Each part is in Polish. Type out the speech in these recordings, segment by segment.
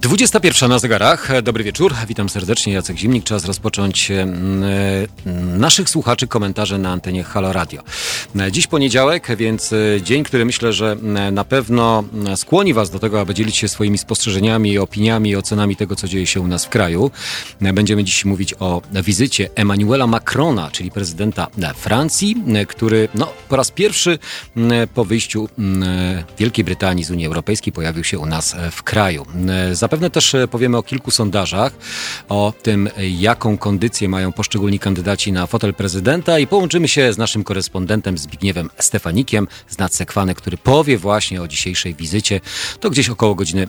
21 na zegarach. Dobry wieczór. Witam serdecznie. Jacek Zimnik. Czas rozpocząć naszych słuchaczy komentarze na antenie Halo Radio. Dziś poniedziałek, więc dzień, który myślę, że na pewno skłoni Was do tego, aby dzielić się swoimi spostrzeżeniami, opiniami i ocenami tego, co dzieje się u nas w kraju. Będziemy dziś mówić o wizycie Emmanuela Macrona, czyli prezydenta Francji, który po raz pierwszy po wyjściu Wielkiej Brytanii z Unii Europejskiej pojawił się u nas w kraju. Zapewne też powiemy o kilku sondażach, o tym, jaką kondycję mają poszczególni kandydaci na fotel prezydenta i połączymy się z naszym korespondentem Zbigniewem Stefanikiem z Nadsekwany, który powie właśnie o dzisiejszej wizycie. To gdzieś około godziny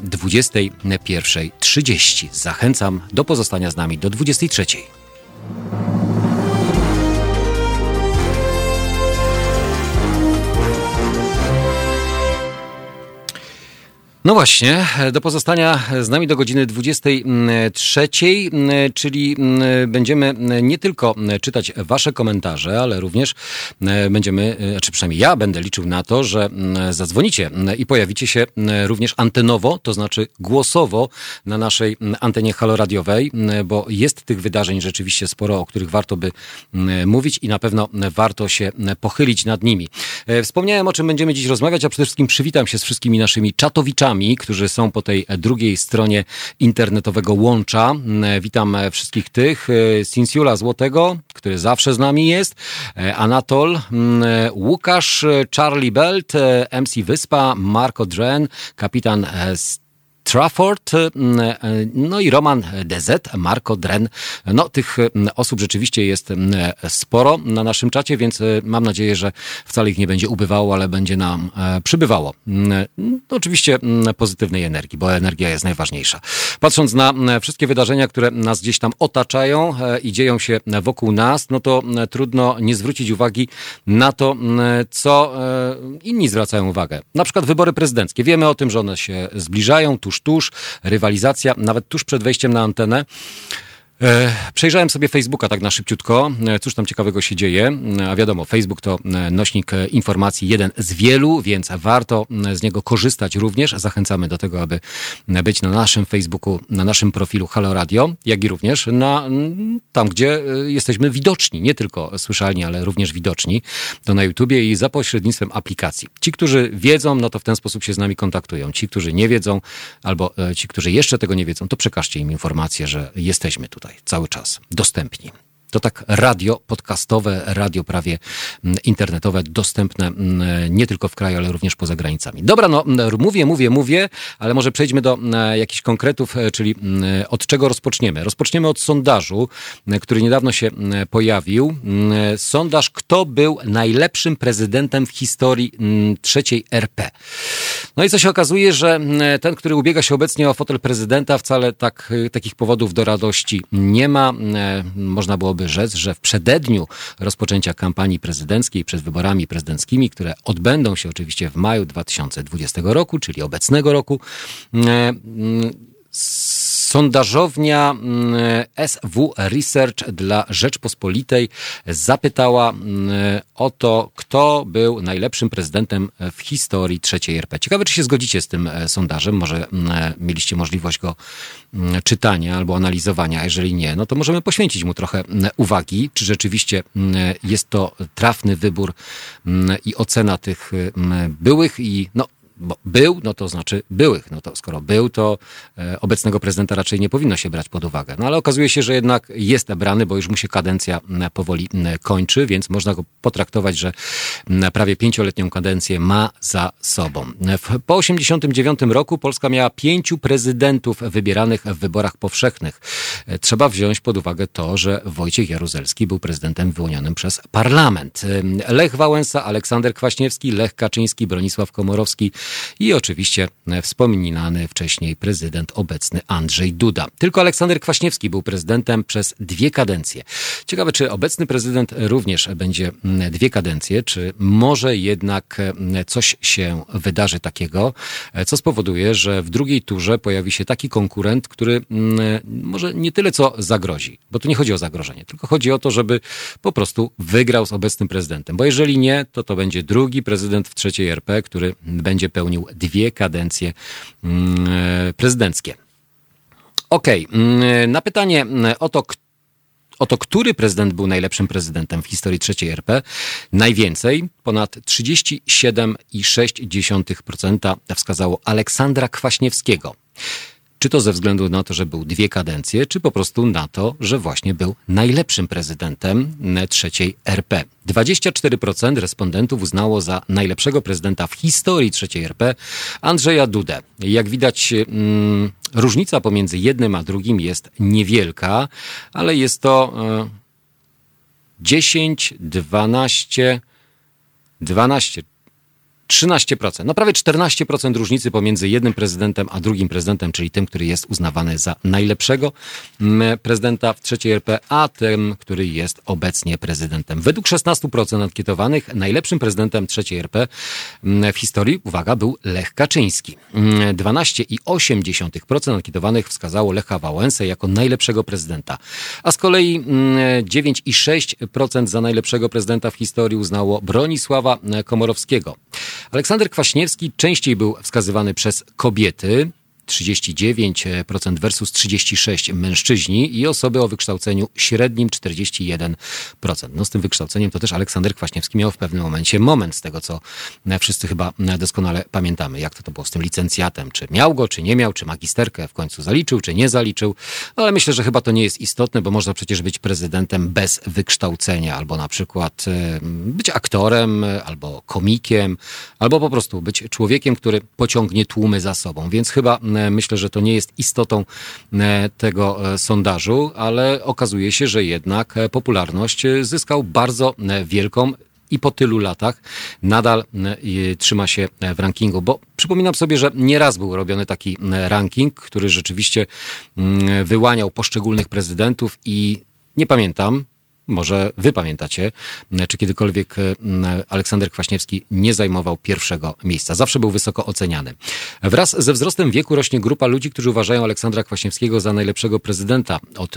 21:30. Zachęcam do pozostania z nami do 23:00. No właśnie, do pozostania z nami do godziny 23:00, czyli będziemy nie tylko czytać Wasze komentarze, ale również będziemy, czy przynajmniej ja będę liczył na to, że zadzwonicie i pojawicie się również antenowo, to znaczy głosowo na naszej antenie haloradiowej, bo jest tych wydarzeń rzeczywiście sporo, o których warto by mówić i na pewno warto się pochylić nad nimi. Wspomniałem, o czym będziemy dziś rozmawiać, a przede wszystkim przywitam się z wszystkimi naszymi czatowiczami, którzy są po tej drugiej stronie internetowego łącza. Witam wszystkich tych. Sinsula Złotego, który zawsze z nami jest. Anatol, Łukasz, Charlie Belt, MC Wyspa, Marco Dren, kapitan Trafford, no i Roman DZ, Marco Dren. No, tych osób rzeczywiście jest sporo na naszym czacie, więc mam nadzieję, że wcale ich nie będzie ubywało, ale będzie nam przybywało. Oczywiście pozytywnej energii, bo energia jest najważniejsza. Patrząc na wszystkie wydarzenia, które nas gdzieś tam otaczają i dzieją się wokół nas, no to trudno nie zwrócić uwagi na to, co inni zwracają uwagę. Na przykład wybory prezydenckie. Wiemy o tym, że one się zbliżają, tuż, rywalizacja, nawet tuż przed wejściem na antenę. Przejrzałem sobie Facebooka tak na szybciutko, cóż tam ciekawego się dzieje, a wiadomo, Facebook to nośnik informacji, jeden z wielu, więc warto z niego korzystać również. Zachęcamy do tego, aby być na naszym Facebooku, na naszym profilu Halo Radio, jak i również tam, gdzie jesteśmy widoczni, nie tylko słyszalni, ale również widoczni, to na YouTubie i za pośrednictwem aplikacji. Ci, którzy wiedzą, no to w ten sposób się z nami kontaktują. Ci, którzy nie wiedzą, albo ci, którzy jeszcze tego nie wiedzą, to przekażcie im informację, że jesteśmy tutaj cały czas dostępni. To tak radio podcastowe, radio prawie internetowe, dostępne nie tylko w kraju, ale również poza granicami. Dobra, mówię, ale może przejdźmy do jakichś konkretów, czyli od czego rozpoczniemy? Rozpoczniemy od sondażu, który niedawno się pojawił. Sondaż, kto był najlepszym prezydentem w historii III RP. No i co się okazuje, że ten, który ubiega się obecnie o fotel prezydenta, wcale takich powodów do radości nie ma. Można byłoby rzec, że w przededniu rozpoczęcia kampanii prezydenckiej przed wyborami prezydenckimi, które odbędą się oczywiście w maju 2020 roku, czyli obecnego roku, sondażownia SW Research dla Rzeczpospolitej zapytała o to, kto był najlepszym prezydentem w historii III RP. Ciekawe, czy się zgodzicie z tym sondażem. Może mieliście możliwość go czytania albo analizowania. A jeżeli nie, no to możemy poświęcić mu trochę uwagi, czy rzeczywiście jest to trafny wybór i ocena tych byłych i bo był, no to znaczy byłych. No to skoro był, to obecnego prezydenta raczej nie powinno się brać pod uwagę. No ale okazuje się, że jednak jest brany, bo już mu się kadencja powoli kończy, więc można go potraktować, że prawie 5-letnią kadencję ma za sobą. Po 1989 roku Polska miała 5 prezydentów wybieranych w wyborach powszechnych. Trzeba wziąć pod uwagę to, że Wojciech Jaruzelski był prezydentem wyłonionym przez parlament. Lech Wałęsa, Aleksander Kwaśniewski, Lech Kaczyński, Bronisław Komorowski i oczywiście wspominany wcześniej prezydent obecny Andrzej Duda. Tylko Aleksander Kwaśniewski był prezydentem przez 2 kadencje. Ciekawe, czy obecny prezydent również będzie 2 kadencje, czy może jednak coś się wydarzy takiego, co spowoduje, że w drugiej turze pojawi się taki konkurent, który może nie tyle co zagrozi, bo tu nie chodzi o zagrożenie, tylko chodzi o to, żeby po prostu wygrał z obecnym prezydentem, bo jeżeli nie, to będzie drugi prezydent w III RP, który będzie pełnił 2 kadencje prezydenckie. Okej. Na pytanie o to, który prezydent był najlepszym prezydentem w historii III RP, najwięcej, ponad 37,6% wskazało Aleksandra Kwaśniewskiego. Czy to ze względu na to, że był 2 kadencje, czy po prostu na to, że właśnie był najlepszym prezydentem III RP. 24% respondentów uznało za najlepszego prezydenta w historii III RP Andrzeja Dudę. Jak widać, różnica pomiędzy jednym a drugim jest niewielka, ale jest to 10, 12, 13%. No prawie 14% różnicy pomiędzy jednym prezydentem a drugim prezydentem, czyli tym, który jest uznawany za najlepszego prezydenta w III RP, a tym, który jest obecnie prezydentem. Według 16% ankietowanych najlepszym prezydentem III RP w historii, uwaga, był Lech Kaczyński. 12,8% ankietowanych wskazało Lecha Wałęsę jako najlepszego prezydenta, a z kolei 9,6% za najlepszego prezydenta w historii uznało Bronisława Komorowskiego. Aleksander Kwaśniewski częściej był wskazywany przez kobiety, 39% versus 36% mężczyźni i osoby o wykształceniu średnim 41%. No z tym wykształceniem to też Aleksander Kwaśniewski miał w pewnym momencie moment, z tego co wszyscy chyba doskonale pamiętamy, jak to było z tym licencjatem, czy miał go, czy nie miał, czy magisterkę w końcu zaliczył, czy nie zaliczył, ale myślę, że chyba to nie jest istotne, bo można przecież być prezydentem bez wykształcenia, albo na przykład być aktorem, albo komikiem, albo po prostu być człowiekiem, który pociągnie tłumy za sobą, więc chyba myślę, że to nie jest istotą tego sondażu, ale okazuje się, że jednak popularność zyskał bardzo wielką i po tylu latach nadal trzyma się w rankingu, bo przypominam sobie, że nieraz był robiony taki ranking, który rzeczywiście wyłaniał poszczególnych prezydentów i nie pamiętam, może wy pamiętacie, czy kiedykolwiek Aleksander Kwaśniewski nie zajmował pierwszego miejsca. Zawsze był wysoko oceniany. Wraz ze wzrostem wieku rośnie grupa ludzi, którzy uważają Aleksandra Kwaśniewskiego za najlepszego prezydenta. Od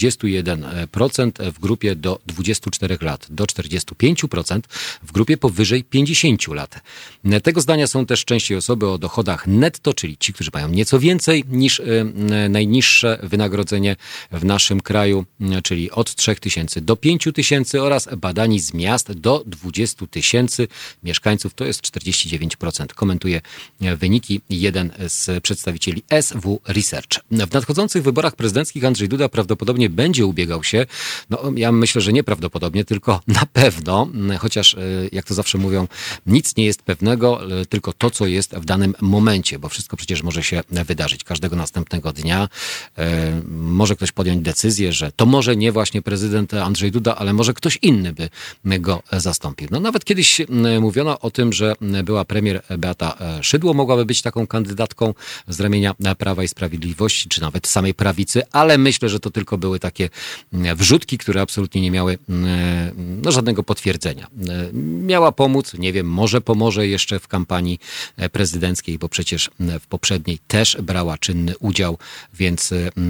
21% w grupie do 24 lat, do 45% w grupie powyżej 50 lat. Tego zdania są też częściej osoby o dochodach netto, czyli ci, którzy mają nieco więcej niż najniższe wynagrodzenie w naszym kraju, czyli od 3000 do 5000 oraz badani z miast do 20 000 mieszkańców, to jest 49%. Komentuje wyniki jeden z przedstawicieli SW Research. W nadchodzących wyborach prezydenckich Andrzej Duda prawdopodobnie będzie ubiegał się, no ja myślę, że nieprawdopodobnie, tylko na pewno, chociaż jak to zawsze mówią, nic nie jest pewnego, tylko to, co jest w danym momencie, bo wszystko przecież może się wydarzyć. Każdego następnego dnia może ktoś podjąć decyzję, że to może nie właśnie prezydent Andrzej Duda, ale może ktoś inny by go zastąpił. No nawet kiedyś mówiono o tym, że była premier Beata Szydło mogłaby być taką kandydatką z ramienia Prawa i Sprawiedliwości, czy nawet samej prawicy, ale myślę, że to tylko były takie wrzutki, które absolutnie nie miały żadnego potwierdzenia. Miała pomóc, nie wiem, może pomoże jeszcze w kampanii prezydenckiej, bo przecież w poprzedniej też brała czynny udział, więc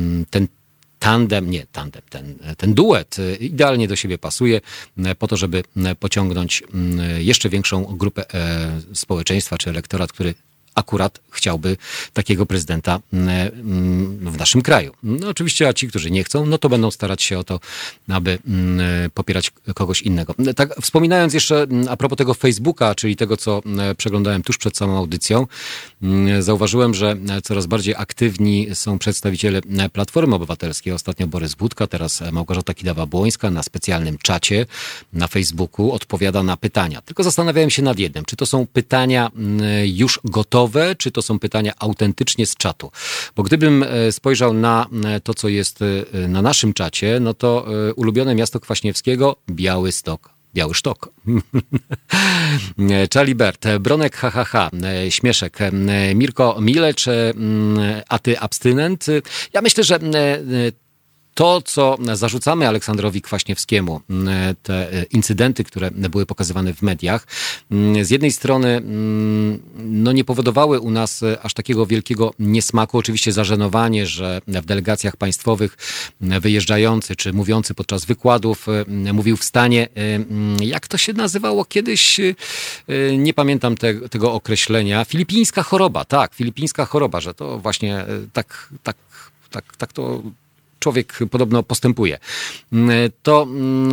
ten duet idealnie do siebie pasuje po to, żeby pociągnąć jeszcze większą grupę społeczeństwa czy elektorat, który akurat chciałby takiego prezydenta w naszym kraju. No oczywiście, a ci, którzy nie chcą, no to będą starać się o to, aby popierać kogoś innego. Tak, wspominając jeszcze a propos tego Facebooka, czyli tego, co przeglądałem tuż przed samą audycją, zauważyłem, że coraz bardziej aktywni są przedstawiciele Platformy Obywatelskiej. Ostatnio Borys Budka, teraz Małgorzata Kidawa-Błońska na specjalnym czacie na Facebooku odpowiada na pytania. Tylko zastanawiałem się nad jednym, czy to są pytania już gotowe, czy to są pytania autentycznie z czatu. Bo gdybym spojrzał na to, co jest na naszym czacie, no to ulubione miasto Kwaśniewskiego, Białystok. Białysztok. Charlibert, Bronek, Śmieszek, Mirko Milecz, a ty abstynent. Ja myślę, że to, co zarzucamy Aleksandrowi Kwaśniewskiemu, te incydenty, które były pokazywane w mediach, z jednej strony no nie powodowały u nas aż takiego wielkiego niesmaku. Oczywiście zażenowanie, że w delegacjach państwowych wyjeżdżający czy mówiący podczas wykładów mówił w stanie, jak to się nazywało kiedyś, nie pamiętam tego określenia, filipińska choroba, tak, filipińska choroba, że to właśnie tak Tak to człowiek podobno postępuje. To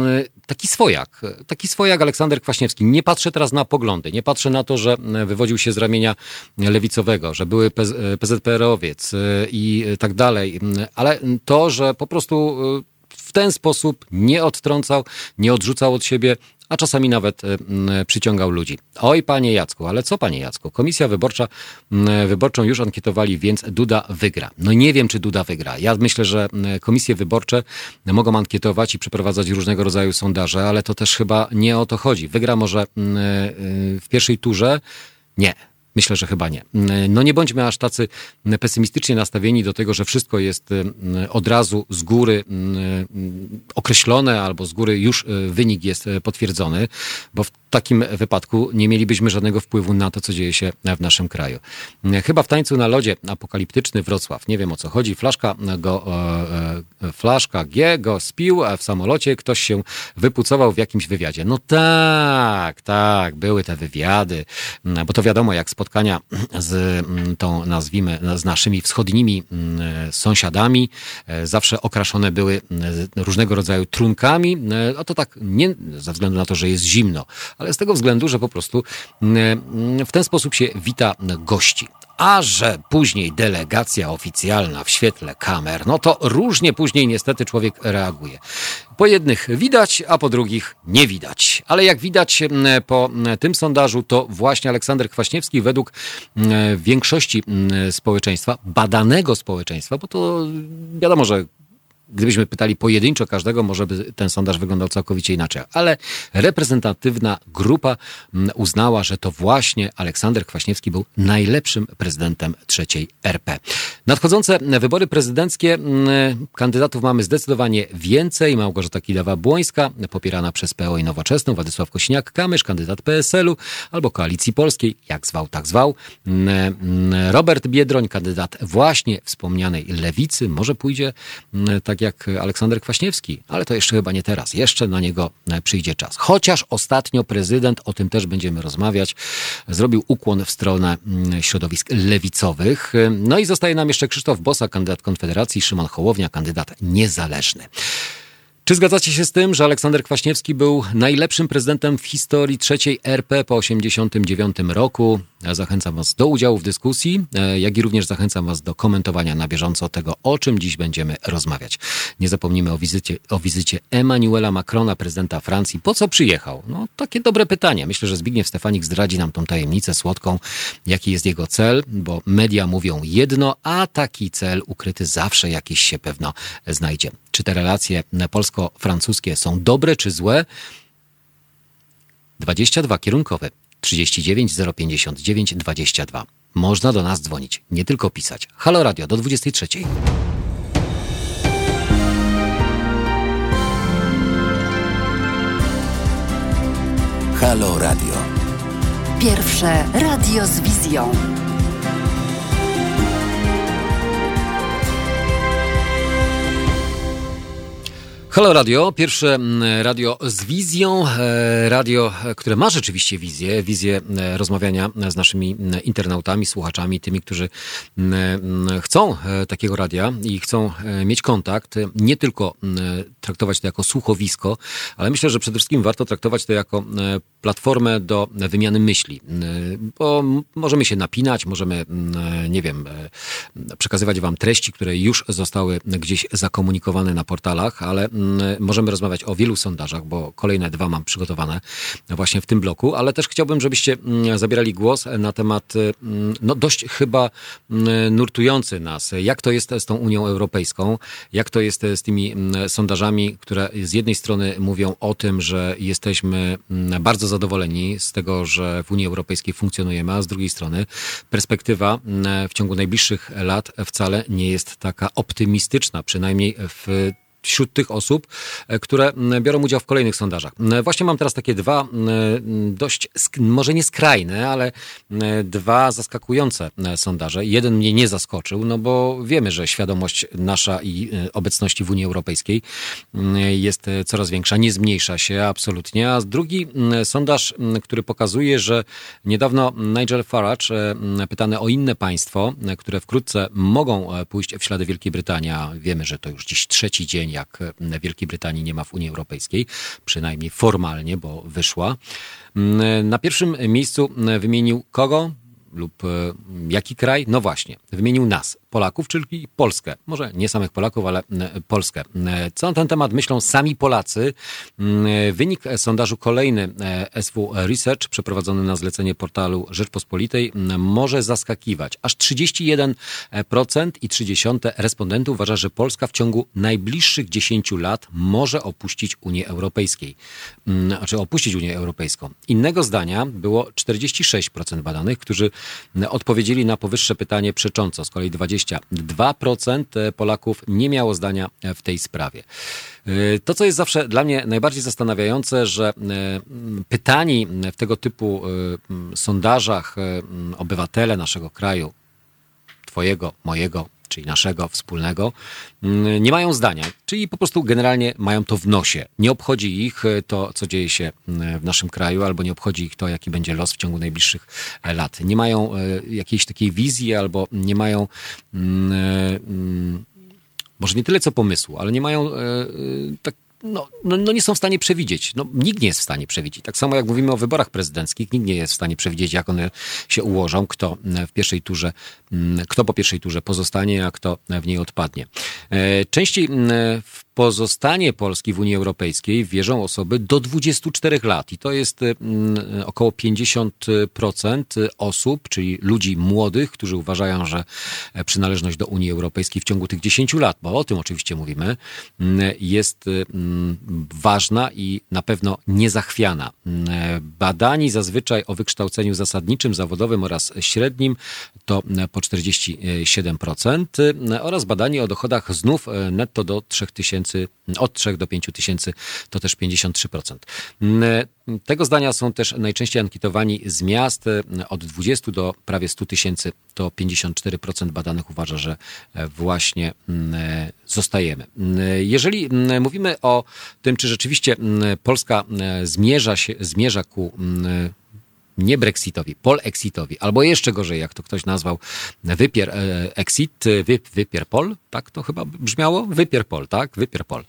taki swojak Aleksander Kwaśniewski. Nie patrzę teraz na poglądy, nie patrzę na to, że wywodził się z ramienia lewicowego, że były PZPR-owiec i tak dalej, ale to, że po prostu w ten sposób nie odtrącał, nie odrzucał od siebie, a czasami nawet przyciągał ludzi. Oj, panie Jacku, ale co panie Jacku? Komisja wyborczą już ankietowali, więc Duda wygra. No nie wiem, czy Duda wygra. Ja myślę, że komisje wyborcze mogą ankietować i przeprowadzać różnego rodzaju sondaże, ale to też chyba nie o to chodzi. Wygra może w pierwszej turze? Nie. Myślę, że chyba nie. No nie bądźmy aż tacy pesymistycznie nastawieni do tego, że wszystko jest od razu z góry określone albo z góry już wynik jest potwierdzony, bo w takim wypadku nie mielibyśmy żadnego wpływu na to, co dzieje się w naszym kraju. Chyba w tańcu na lodzie apokaliptyczny Wrocław. Nie wiem, o co chodzi. Flaszka G go spił, a w samolocie ktoś się wypucował w jakimś wywiadzie. No tak, były te wywiady, bo to wiadomo, jak spotkania z tą, nazwijmy, z naszymi wschodnimi sąsiadami zawsze okraszone były różnego rodzaju trunkami, a to tak nie ze względu na to, że jest zimno, ale z tego względu, że po prostu w ten sposób się wita gości. A że później delegacja oficjalna w świetle kamer, no to różnie później niestety człowiek reaguje. Po jednych widać, a po drugich nie widać. Ale jak widać po tym sondażu, to właśnie Aleksander Kwaśniewski według większości społeczeństwa, badanego społeczeństwa, bo to wiadomo, że gdybyśmy pytali pojedynczo każdego, może by ten sondaż wyglądał całkowicie inaczej. Ale reprezentatywna grupa uznała, że to właśnie Aleksander Kwaśniewski był najlepszym prezydentem III RP. Nadchodzące wybory prezydenckie, kandydatów mamy zdecydowanie więcej. Małgorzata Kidawa-Błońska, popierana przez PO i Nowoczesną, Władysław Kosiniak-Kamysz, kandydat PSL-u albo Koalicji Polskiej, jak zwał, tak zwał. Robert Biedroń, kandydat właśnie wspomnianej Lewicy. Może pójdzie tak jak Aleksander Kwaśniewski, ale to jeszcze chyba nie teraz. Jeszcze na niego przyjdzie czas. Chociaż ostatnio prezydent, o tym też będziemy rozmawiać, zrobił ukłon w stronę środowisk lewicowych. No i zostaje nam jeszcze Krzysztof Bosak, kandydat Konfederacji, Szymon Hołownia, kandydat niezależny. Czy zgadzacie się z tym, że Aleksander Kwaśniewski był najlepszym prezydentem w historii III RP po 1989 roku? Ja zachęcam was do udziału w dyskusji, jak i również zachęcam was do komentowania na bieżąco tego, o czym dziś będziemy rozmawiać. Nie zapomnimy o wizycie Emmanuela Macrona, prezydenta Francji. Po co przyjechał? No, takie dobre pytanie. Myślę, że Zbigniew Stefanik zdradzi nam tą tajemnicę słodką, jaki jest jego cel, bo media mówią jedno, a taki cel ukryty zawsze jakiś się pewno znajdzie. Czy te relacje polsko-francuskie są dobre czy złe? 22 kierunkowe 39 059 22. Można do nas dzwonić, nie tylko pisać. Halo Radio do 23. Halo Radio. Pierwsze radio z wizją. Halo Radio, pierwsze radio z wizją, radio, które ma rzeczywiście wizję rozmawiania z naszymi internautami, słuchaczami, tymi, którzy chcą takiego radia i chcą mieć kontakt, nie tylko traktować to jako słuchowisko, ale myślę, że przede wszystkim warto traktować to jako platformę do wymiany myśli, bo możemy się napinać, możemy, nie wiem, przekazywać wam treści, które już zostały gdzieś zakomunikowane na portalach, ale możemy rozmawiać o wielu sondażach, bo kolejne 2 mam przygotowane właśnie w tym bloku, ale też chciałbym, żebyście zabierali głos na temat, no dość chyba nurtujący nas. Jak to jest z tą Unią Europejską? Jak to jest z tymi sondażami, które z jednej strony mówią o tym, że jesteśmy bardzo zadowoleni z tego, że w Unii Europejskiej funkcjonujemy, a z drugiej strony perspektywa w ciągu najbliższych lat wcale nie jest taka optymistyczna, przynajmniej w wśród tych osób, które biorą udział w kolejnych sondażach. Właśnie mam teraz takie dwa dość, może nie skrajne, ale dwa zaskakujące sondaże. Jeden mnie nie zaskoczył, no bo wiemy, że świadomość nasza i obecności w Unii Europejskiej jest coraz większa, nie zmniejsza się absolutnie. A drugi sondaż, który pokazuje, że niedawno Nigel Farage, pytany o inne państwo, które wkrótce mogą pójść w ślady Wielkiej Brytanii, a wiemy, że to już dziś trzeci dzień, jak Wielkiej Brytanii nie ma w Unii Europejskiej, przynajmniej formalnie, bo wyszła. Na pierwszym miejscu wymienił kogo? Lub jaki kraj? No właśnie, wymienił nas, Polaków, czyli Polskę. Może nie samych Polaków, ale Polskę. Co na ten temat myślą sami Polacy? Wynik sondażu kolejny SW Research, przeprowadzony na zlecenie portalu Rzeczpospolitej, może zaskakiwać. Aż 31,3% respondentów uważa, że Polska w ciągu najbliższych 10 lat może opuścić Unię Europejską. Znaczy opuścić Unię Europejską. Innego zdania było 46% badanych, którzy odpowiedzieli na powyższe pytanie przecząco. Z kolei 22% Polaków nie miało zdania w tej sprawie. To, co jest zawsze dla mnie najbardziej zastanawiające, że pytani w tego typu sondażach obywatele naszego kraju, twojego, mojego, czyli naszego wspólnego, nie mają zdania, czyli po prostu generalnie mają to w nosie. Nie obchodzi ich to, co dzieje się w naszym kraju, albo nie obchodzi ich to, jaki będzie los w ciągu najbliższych lat. Nie mają jakiejś takiej wizji, albo nie mają może nie tyle co pomysłu, ale nie mają tak. No nie są w stanie przewidzieć. No, nikt nie jest w stanie przewidzieć. Tak samo jak mówimy o wyborach prezydenckich, nikt nie jest w stanie przewidzieć, jak one się ułożą, kto po pierwszej turze pozostanie, a kto w niej odpadnie. Częściej w pozostanie Polski w Unii Europejskiej wierzą osoby do 24 lat i to jest około 50% osób, czyli ludzi młodych, którzy uważają, że przynależność do Unii Europejskiej w ciągu tych 10 lat, bo o tym oczywiście mówimy, jest ważna i na pewno niezachwiana. Badani zazwyczaj o wykształceniu zasadniczym, zawodowym oraz średnim to po 47% oraz badani o dochodach znów netto do 3000, od 3 do 5 tysięcy to też 53%. Tego zdania są też najczęściej ankietowani z miast od 20 do prawie 100 tysięcy. To 54% badanych uważa, że właśnie zostajemy. Jeżeli mówimy o tym, czy rzeczywiście Polska zmierza ku nie Brexitowi, polexitowi, albo jeszcze gorzej, jak to ktoś nazwał, wypier exit, wypier pol, tak to chyba brzmiało? Wypier pol, tak? Wypier pol.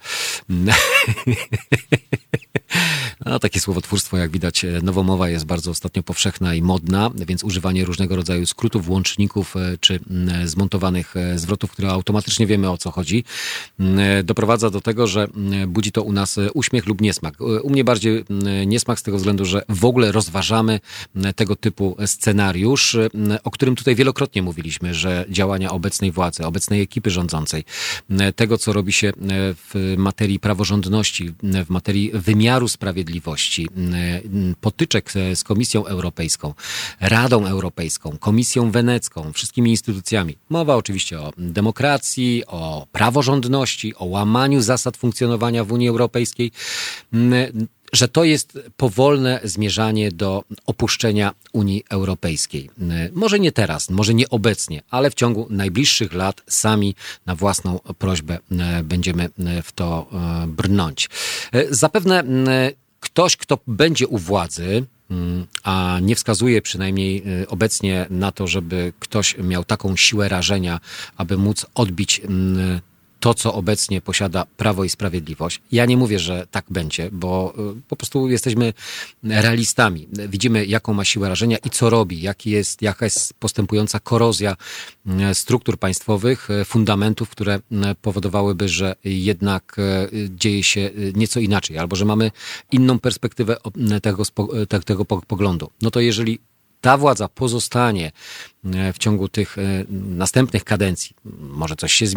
No, takie słowotwórstwo, jak widać, nowomowa jest bardzo ostatnio powszechna i modna, więc używanie różnego rodzaju skrótów, łączników czy zmontowanych zwrotów, które automatycznie wiemy, o co chodzi, doprowadza do tego, że budzi to u nas uśmiech lub niesmak. U mnie bardziej niesmak z tego względu, że w ogóle rozważamy tego typu scenariusz, o którym tutaj wielokrotnie mówiliśmy, że działania obecnej władzy, obecnej ekipy rządzącej, tego, co robi się w materii praworządności, w materii wymiaru sprawiedliwości, potyczek z Komisją Europejską, Radą Europejską, Komisją Wenecką, wszystkimi instytucjami. Mowa oczywiście o demokracji, o praworządności, o łamaniu zasad funkcjonowania w Unii Europejskiej, że to jest powolne zmierzanie do opuszczenia Unii Europejskiej. Może nie teraz, może nie obecnie, ale w ciągu najbliższych lat sami na własną prośbę będziemy w to brnąć. Zapewne ktoś, kto będzie u władzy, a nie wskazuje przynajmniej obecnie na to, żeby ktoś miał taką siłę rażenia, aby móc odbić to, co obecnie posiada Prawo i Sprawiedliwość. Ja nie mówię, że tak będzie, bo po prostu jesteśmy realistami. Widzimy, jaką ma siłę rażenia i co robi, jaka jest postępująca korozja struktur państwowych, fundamentów, które powodowałyby, że jednak dzieje się nieco inaczej, albo że mamy inną perspektywę tego poglądu. No to jeżeli ta władza pozostanie w ciągu tych następnych kadencji, może coś się zmieni,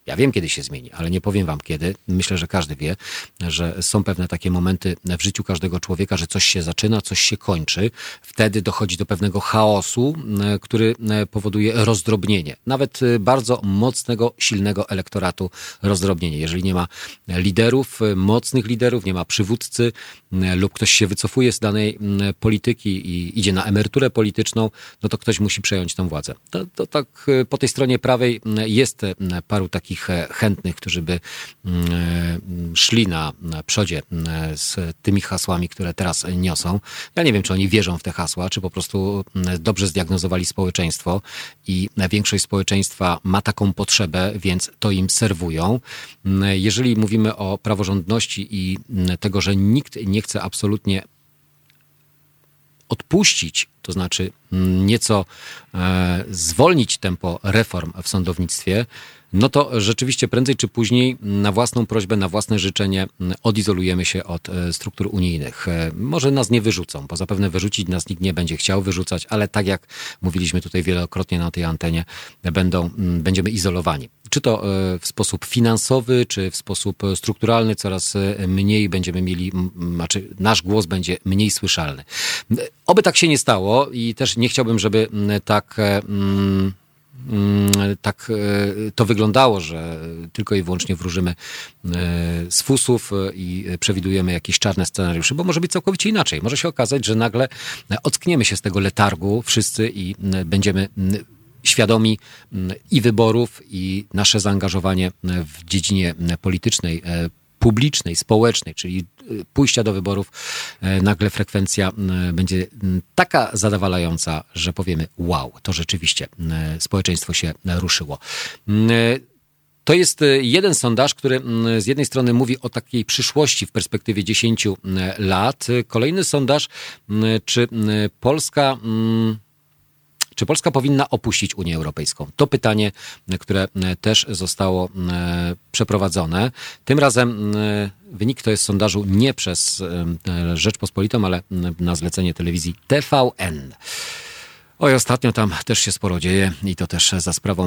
Ja wiem, kiedy się zmieni, ale nie powiem wam kiedy. Myślę, że każdy wie, że są pewne takie momenty w życiu każdego człowieka, że coś się zaczyna, coś się kończy. Wtedy dochodzi do pewnego chaosu, który powoduje rozdrobnienie. Nawet bardzo mocnego, silnego elektoratu rozdrobnienie. Jeżeli nie ma liderów, mocnych liderów, nie ma przywódcy lub ktoś się wycofuje z danej polityki i idzie na emeryturę polityczną, no to ktoś musi przejąć tę władzę. To tak po tej stronie prawej jest paru takich chętnych, którzy by szli na przodzie z tymi hasłami, które teraz niosą. Ja nie wiem, czy oni wierzą w te hasła, czy po prostu dobrze zdiagnozowali społeczeństwo i większość społeczeństwa ma taką potrzebę, więc to im serwują. Jeżeli mówimy o praworządności i tego, że nikt nie chce absolutnie odpuścić, to znaczy nieco zwolnić tempo reform w sądownictwie, no to rzeczywiście prędzej czy później na własną prośbę, na własne życzenie odizolujemy się od struktur unijnych. Może nas nie wyrzucą, bo zapewne wyrzucić nas nikt nie będzie chciał wyrzucać, ale tak jak mówiliśmy tutaj wielokrotnie na tej antenie, będziemy izolowani. Czy to w sposób finansowy, czy w sposób strukturalny coraz mniej będziemy mieli, znaczy nasz głos będzie mniej słyszalny. Oby tak się nie stało i też nie chciałbym, żeby tak to wyglądało, że tylko i wyłącznie wróżymy z fusów i przewidujemy jakieś czarne scenariusze, bo może być całkowicie inaczej. Może się okazać, że nagle ockniemy się z tego letargu wszyscy i będziemy świadomi i wyborów, i nasze zaangażowanie w dziedzinie politycznej, publicznej, społecznej, czyli pójścia do wyborów, nagle frekwencja będzie taka zadowalająca, że powiemy wow, to rzeczywiście społeczeństwo się ruszyło. To jest jeden sondaż, który z jednej strony mówi o takiej przyszłości w perspektywie 10 lat. Kolejny sondaż, czy Polska powinna opuścić Unię Europejską? To pytanie, które też zostało przeprowadzone. Tym razem wynik to jest sondażu nie przez Rzeczpospolitą, ale na zlecenie telewizji TVN. Oj, ostatnio tam też się sporo dzieje i to też za sprawą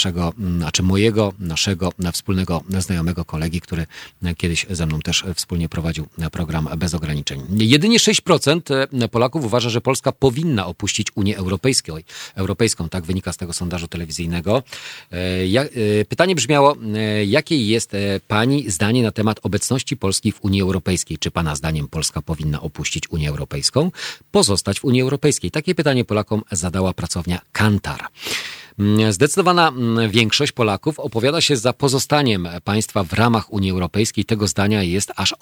naszego wspólnego znajomego kolegi, który kiedyś ze mną też wspólnie prowadził program Bez Ograniczeń. Jedynie 6% Polaków uważa, że Polska powinna opuścić Unię Europejską. Tak wynika z tego sondażu telewizyjnego. Pytanie brzmiało, jakie jest pani zdanie na temat obecności Polski w Unii Europejskiej? Czy pana zdaniem Polska powinna opuścić Unię Europejską? Pozostać w Unii Europejskiej? Takie pytanie Polakom zadała pracownia Kantar. Zdecydowana większość Polaków opowiada się za pozostaniem państwa w ramach Unii Europejskiej. Tego zdania jest aż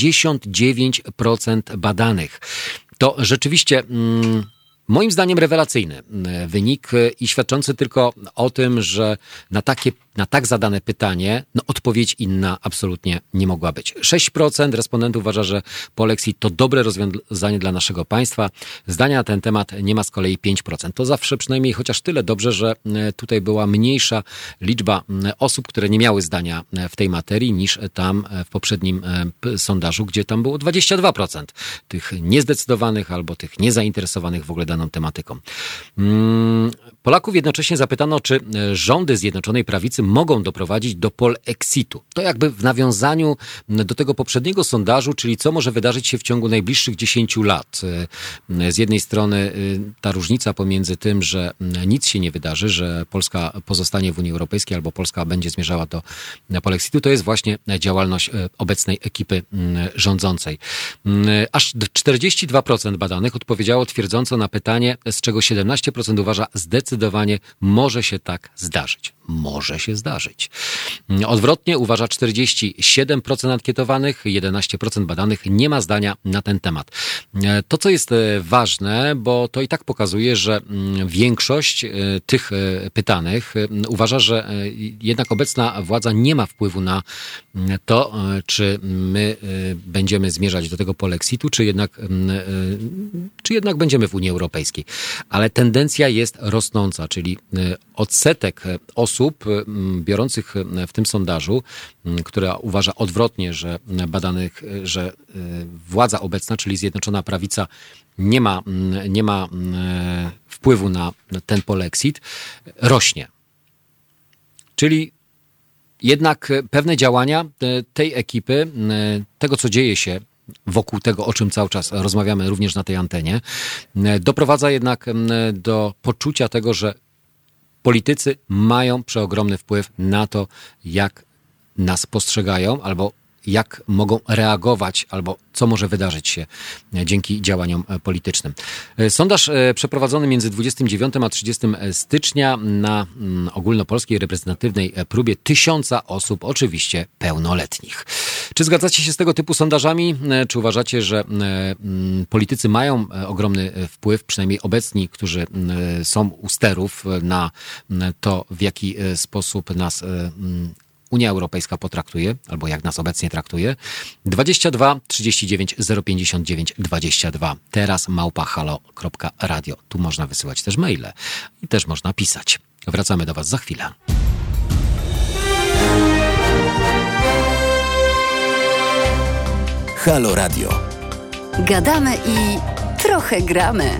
89% badanych. To rzeczywiście moim zdaniem rewelacyjny wynik i świadczący tylko o tym, że na tak zadane pytanie odpowiedź inna absolutnie nie mogła być. 6% respondentów uważa, że polexit to dobre rozwiązanie dla naszego państwa. Zdania na ten temat nie ma z kolei 5%. To zawsze przynajmniej chociaż tyle dobrze, że tutaj była mniejsza liczba osób, które nie miały zdania w tej materii niż tam w poprzednim sondażu, gdzie tam było 22% tych niezdecydowanych albo tych niezainteresowanych w ogóle daną tematyką. Polaków jednocześnie zapytano, czy rządy Zjednoczonej Prawicy mogą doprowadzić do polexitu. To jakby w nawiązaniu do tego poprzedniego sondażu, czyli co może wydarzyć się w ciągu najbliższych 10 lat. Z jednej strony ta różnica pomiędzy tym, że nic się nie wydarzy, że Polska pozostanie w Unii Europejskiej albo Polska będzie zmierzała do polexitu, to jest właśnie działalność obecnej ekipy rządzącej. Aż 42% badanych odpowiedziało twierdząco na pytanie, z czego 17% uważa zdecydowanie może się tak zdarzyć. Może się zdarzyć. Odwrotnie uważa 47% ankietowanych, 11% badanych nie ma zdania na ten temat. To, co jest ważne, bo to i tak pokazuje, że większość tych pytanych uważa, że jednak obecna władza nie ma wpływu na to, czy my będziemy zmierzać do tego polexitu, czy jednak będziemy w Unii Europejskiej. Ale tendencja jest rosnąca, czyli odsetek osób biorących w tym sondażu, która uważa odwrotnie, że władza obecna, czyli Zjednoczona Prawica nie ma wpływu na ten polexit, rośnie. Czyli jednak pewne działania tej ekipy, tego co dzieje się wokół tego, o czym cały czas rozmawiamy również na tej antenie, doprowadza jednak do poczucia tego, że politycy mają przeogromny wpływ na to, jak nas postrzegają, albo jak mogą reagować, albo co może wydarzyć się dzięki działaniom politycznym. Sondaż przeprowadzony między 29 a 30 stycznia na ogólnopolskiej reprezentatywnej próbie 1000 osób, oczywiście pełnoletnich. Czy zgadzacie się z tego typu sondażami? Czy uważacie, że politycy mają ogromny wpływ, przynajmniej obecni, którzy są u sterów, na to, w jaki sposób nas Unia Europejska potraktuje, albo jak nas obecnie traktuje? 22 39 059 22. Teraz @halo.radio. Tu można wysyłać też maile i też można pisać. Wracamy do Was za chwilę. Halo Radio. Gadamy i trochę gramy.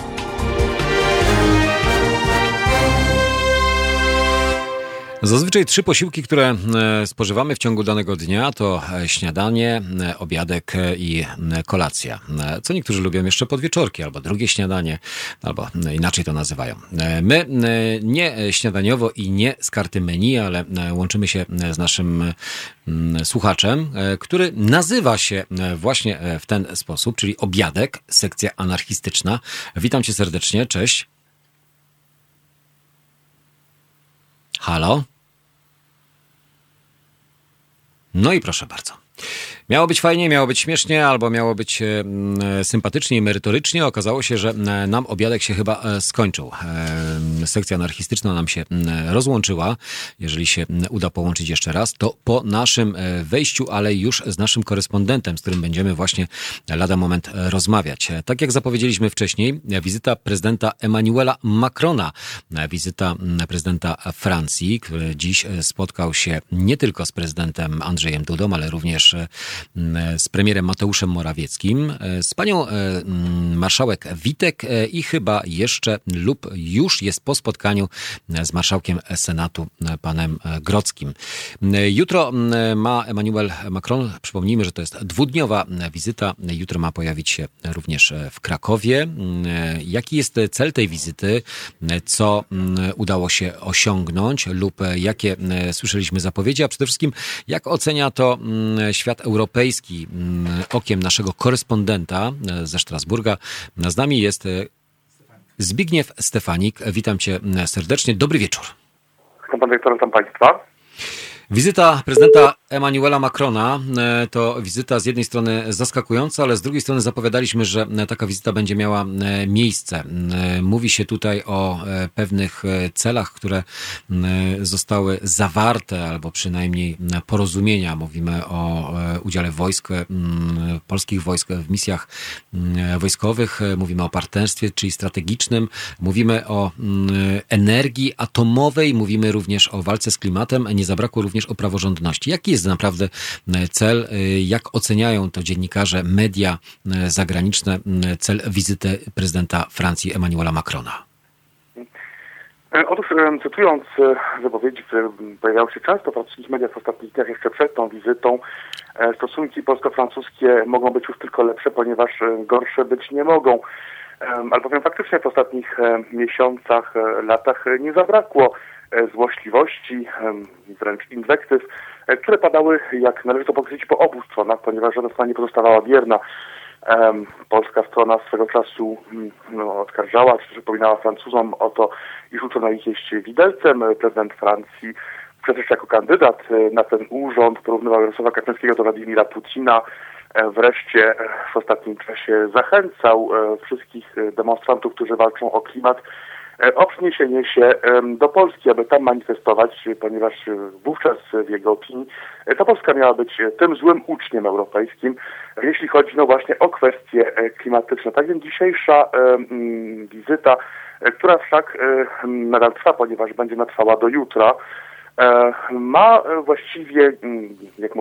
Zazwyczaj 3 posiłki, które spożywamy w ciągu danego dnia, to śniadanie, obiadek i kolacja. Co niektórzy lubią jeszcze podwieczorki, albo drugie śniadanie, albo inaczej to nazywają. My nie śniadaniowo i nie z karty menu, ale łączymy się z naszym słuchaczem, który nazywa się właśnie w ten sposób, czyli obiadek, sekcja anarchistyczna. Witam cię serdecznie, cześć. Halo? No i proszę bardzo. Miało być fajnie, miało być śmiesznie, albo miało być sympatycznie i merytorycznie. Okazało się, że nam obiadek się chyba skończył. Sekcja anarchistyczna nam się rozłączyła. Jeżeli się uda połączyć jeszcze raz, to po naszym wejściu, ale już z naszym korespondentem, z którym będziemy właśnie lada moment rozmawiać. Tak jak zapowiedzieliśmy wcześniej, wizyta prezydenta Emmanuela Macrona, wizyta prezydenta Francji, który dziś spotkał się nie tylko z prezydentem Andrzejem Dudą, ale również z premierem Mateuszem Morawieckim, z panią marszałek Witek i chyba jeszcze lub już jest po spotkaniu z marszałkiem Senatu panem Grodzkim. Jutro ma Emmanuel Macron, przypomnijmy, że to jest 2-dniowa wizyta, jutro ma pojawić się również w Krakowie. Jaki jest cel tej wizyty? Co udało się osiągnąć lub jakie słyszeliśmy zapowiedzi, a przede wszystkim jak ocenia to świat europejski okiem naszego korespondenta ze Strasburga. Z nami jest Zbigniew Stefanik. Witam cię serdecznie. Dobry wieczór. Witam pan dyrektor, witam państwa. Wizyta prezydenta Emmanuela Macrona to wizyta z jednej strony zaskakująca, ale z drugiej strony zapowiadaliśmy, że taka wizyta będzie miała miejsce. Mówi się tutaj o pewnych celach, które zostały zawarte, albo przynajmniej porozumienia. Mówimy o udziale wojsk, polskich wojsk w misjach wojskowych, mówimy o partnerstwie, czyli strategicznym, mówimy o energii atomowej, mówimy również o walce z klimatem, nie zabrakło również o praworządności. Jaki jest naprawdę cel, jak oceniają to dziennikarze, media zagraniczne, cel wizyty prezydenta Francji Emmanuela Macrona? Otóż cytując wypowiedzi, które pojawiały się często w francuskich mediach w ostatnich dniach jeszcze przed tą wizytą, stosunki polsko-francuskie mogą być już tylko lepsze, ponieważ gorsze być nie mogą. Albowiem faktycznie w ostatnich miesiącach, latach nie zabrakło złośliwości, wręcz inwektyw, które padały, jak należy to powiedzieć, po obu stronach, ponieważ żadna strona nie pozostawała bierna. Polska strona swego czasu oskarżała, czy przypominała Francuzom o to, iż uczono ich jeść widelcem. Prezydent Francji, przecież jako kandydat na ten urząd, porównywał Jarosława Kaczyńskiego do Władimira Putina. Wreszcie w ostatnim czasie zachęcał wszystkich demonstrantów, którzy walczą o klimat, o przeniesienie się do Polski, aby tam manifestować, ponieważ wówczas w jego opinii ta Polska miała być tym złym uczniem europejskim, jeśli chodzi właśnie o kwestie klimatyczne. Tak więc dzisiejsza wizyta, która wszak nadal trwa, ponieważ będzie trwała do jutra, ma właściwie, jak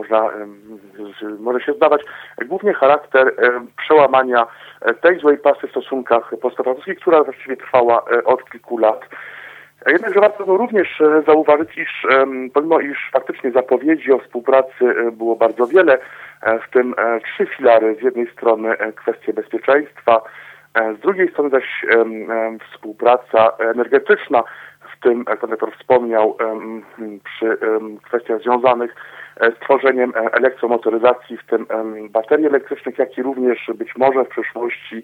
może się zdawać, głównie charakter przełamania tej złej pasy w stosunkach polsko-francuskich, która właściwie trwała od kilku lat. Jednakże warto również zauważyć, iż pomimo iż faktycznie zapowiedzi o współpracy było bardzo wiele, w tym 3 filary, z jednej strony kwestie bezpieczeństwa, z drugiej strony zaś współpraca energetyczna, w tym, jak pan doktor wspomniał, przy kwestiach związanych z tworzeniem elektromotoryzacji, w tym baterii elektrycznych, jak i również być może w przyszłości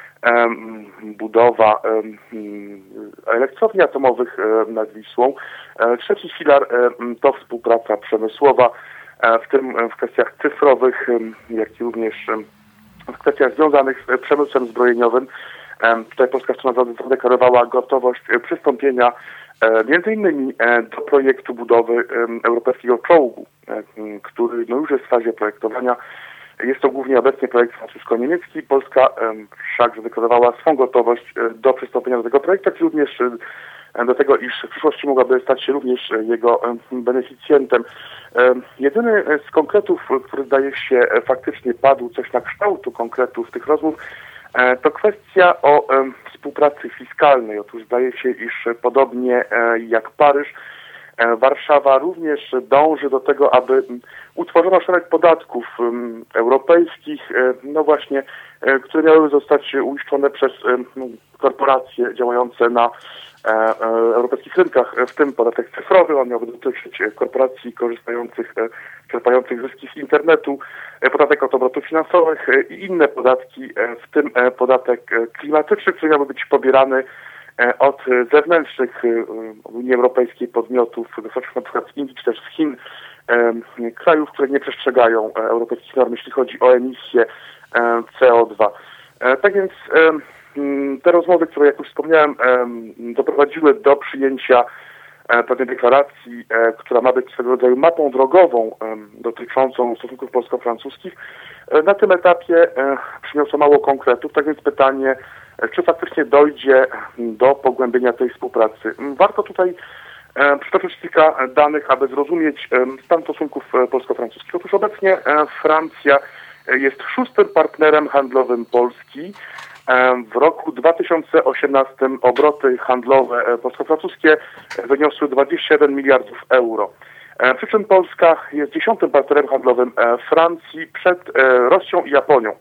budowa elektrowni atomowych nad Wisłą. Trzeci filar to współpraca przemysłowa, w tym w kwestiach cyfrowych, jak i również w kwestiach związanych z przemysłem zbrojeniowym. Tutaj polska strona zadeklarowała gotowość przystąpienia między innymi do projektu budowy europejskiego czołgu, który już jest w fazie projektowania. Jest to głównie obecnie projekt francusko-niemiecki. Polska wszak zadeklarowała swą gotowość do przystąpienia do tego projektu, jak również do tego, iż w przyszłości mogłaby stać się również jego beneficjentem. Jedyny z konkretów, który zdaje się faktycznie padł, coś na kształtu konkretów tych rozmów, to kwestia o współpracy fiskalnej. Otóż zdaje się, iż podobnie jak Paryż, Warszawa również dąży do tego, aby utworzono szereg podatków europejskich, no właśnie, które miały zostać uiszczone przez korporacje działające na europejskich rynkach, w tym podatek cyfrowy. On miałby dotyczyć korporacji czerpających zyski z internetu, podatek od obrotów finansowych i inne podatki, w tym podatek klimatyczny, który miałby być pobierany od zewnętrznych Unii Europejskiej podmiotów, dostarczonych na przykład z Indii czy też z Chin, krajów, które nie przestrzegają europejskich norm, jeśli chodzi o emisję CO2. Tak więc te rozmowy, które jak już wspomniałem, doprowadziły do przyjęcia pewnej deklaracji, która ma być swego rodzaju mapą drogową dotyczącą stosunków polsko-francuskich. Na tym etapie przyniosło mało konkretów, tak więc pytanie, czy faktycznie dojdzie do pogłębienia tej współpracy. Warto tutaj przytoczyć kilka danych, aby zrozumieć stan stosunków polsko-francuskich. Otóż obecnie Francja jest 6. partnerem handlowym Polski. W roku 2018 obroty handlowe polsko-francuskie wyniosły 21 miliardów euro. Przy czym Polska jest 10. partnerem handlowym Francji przed Rosją i Japonią.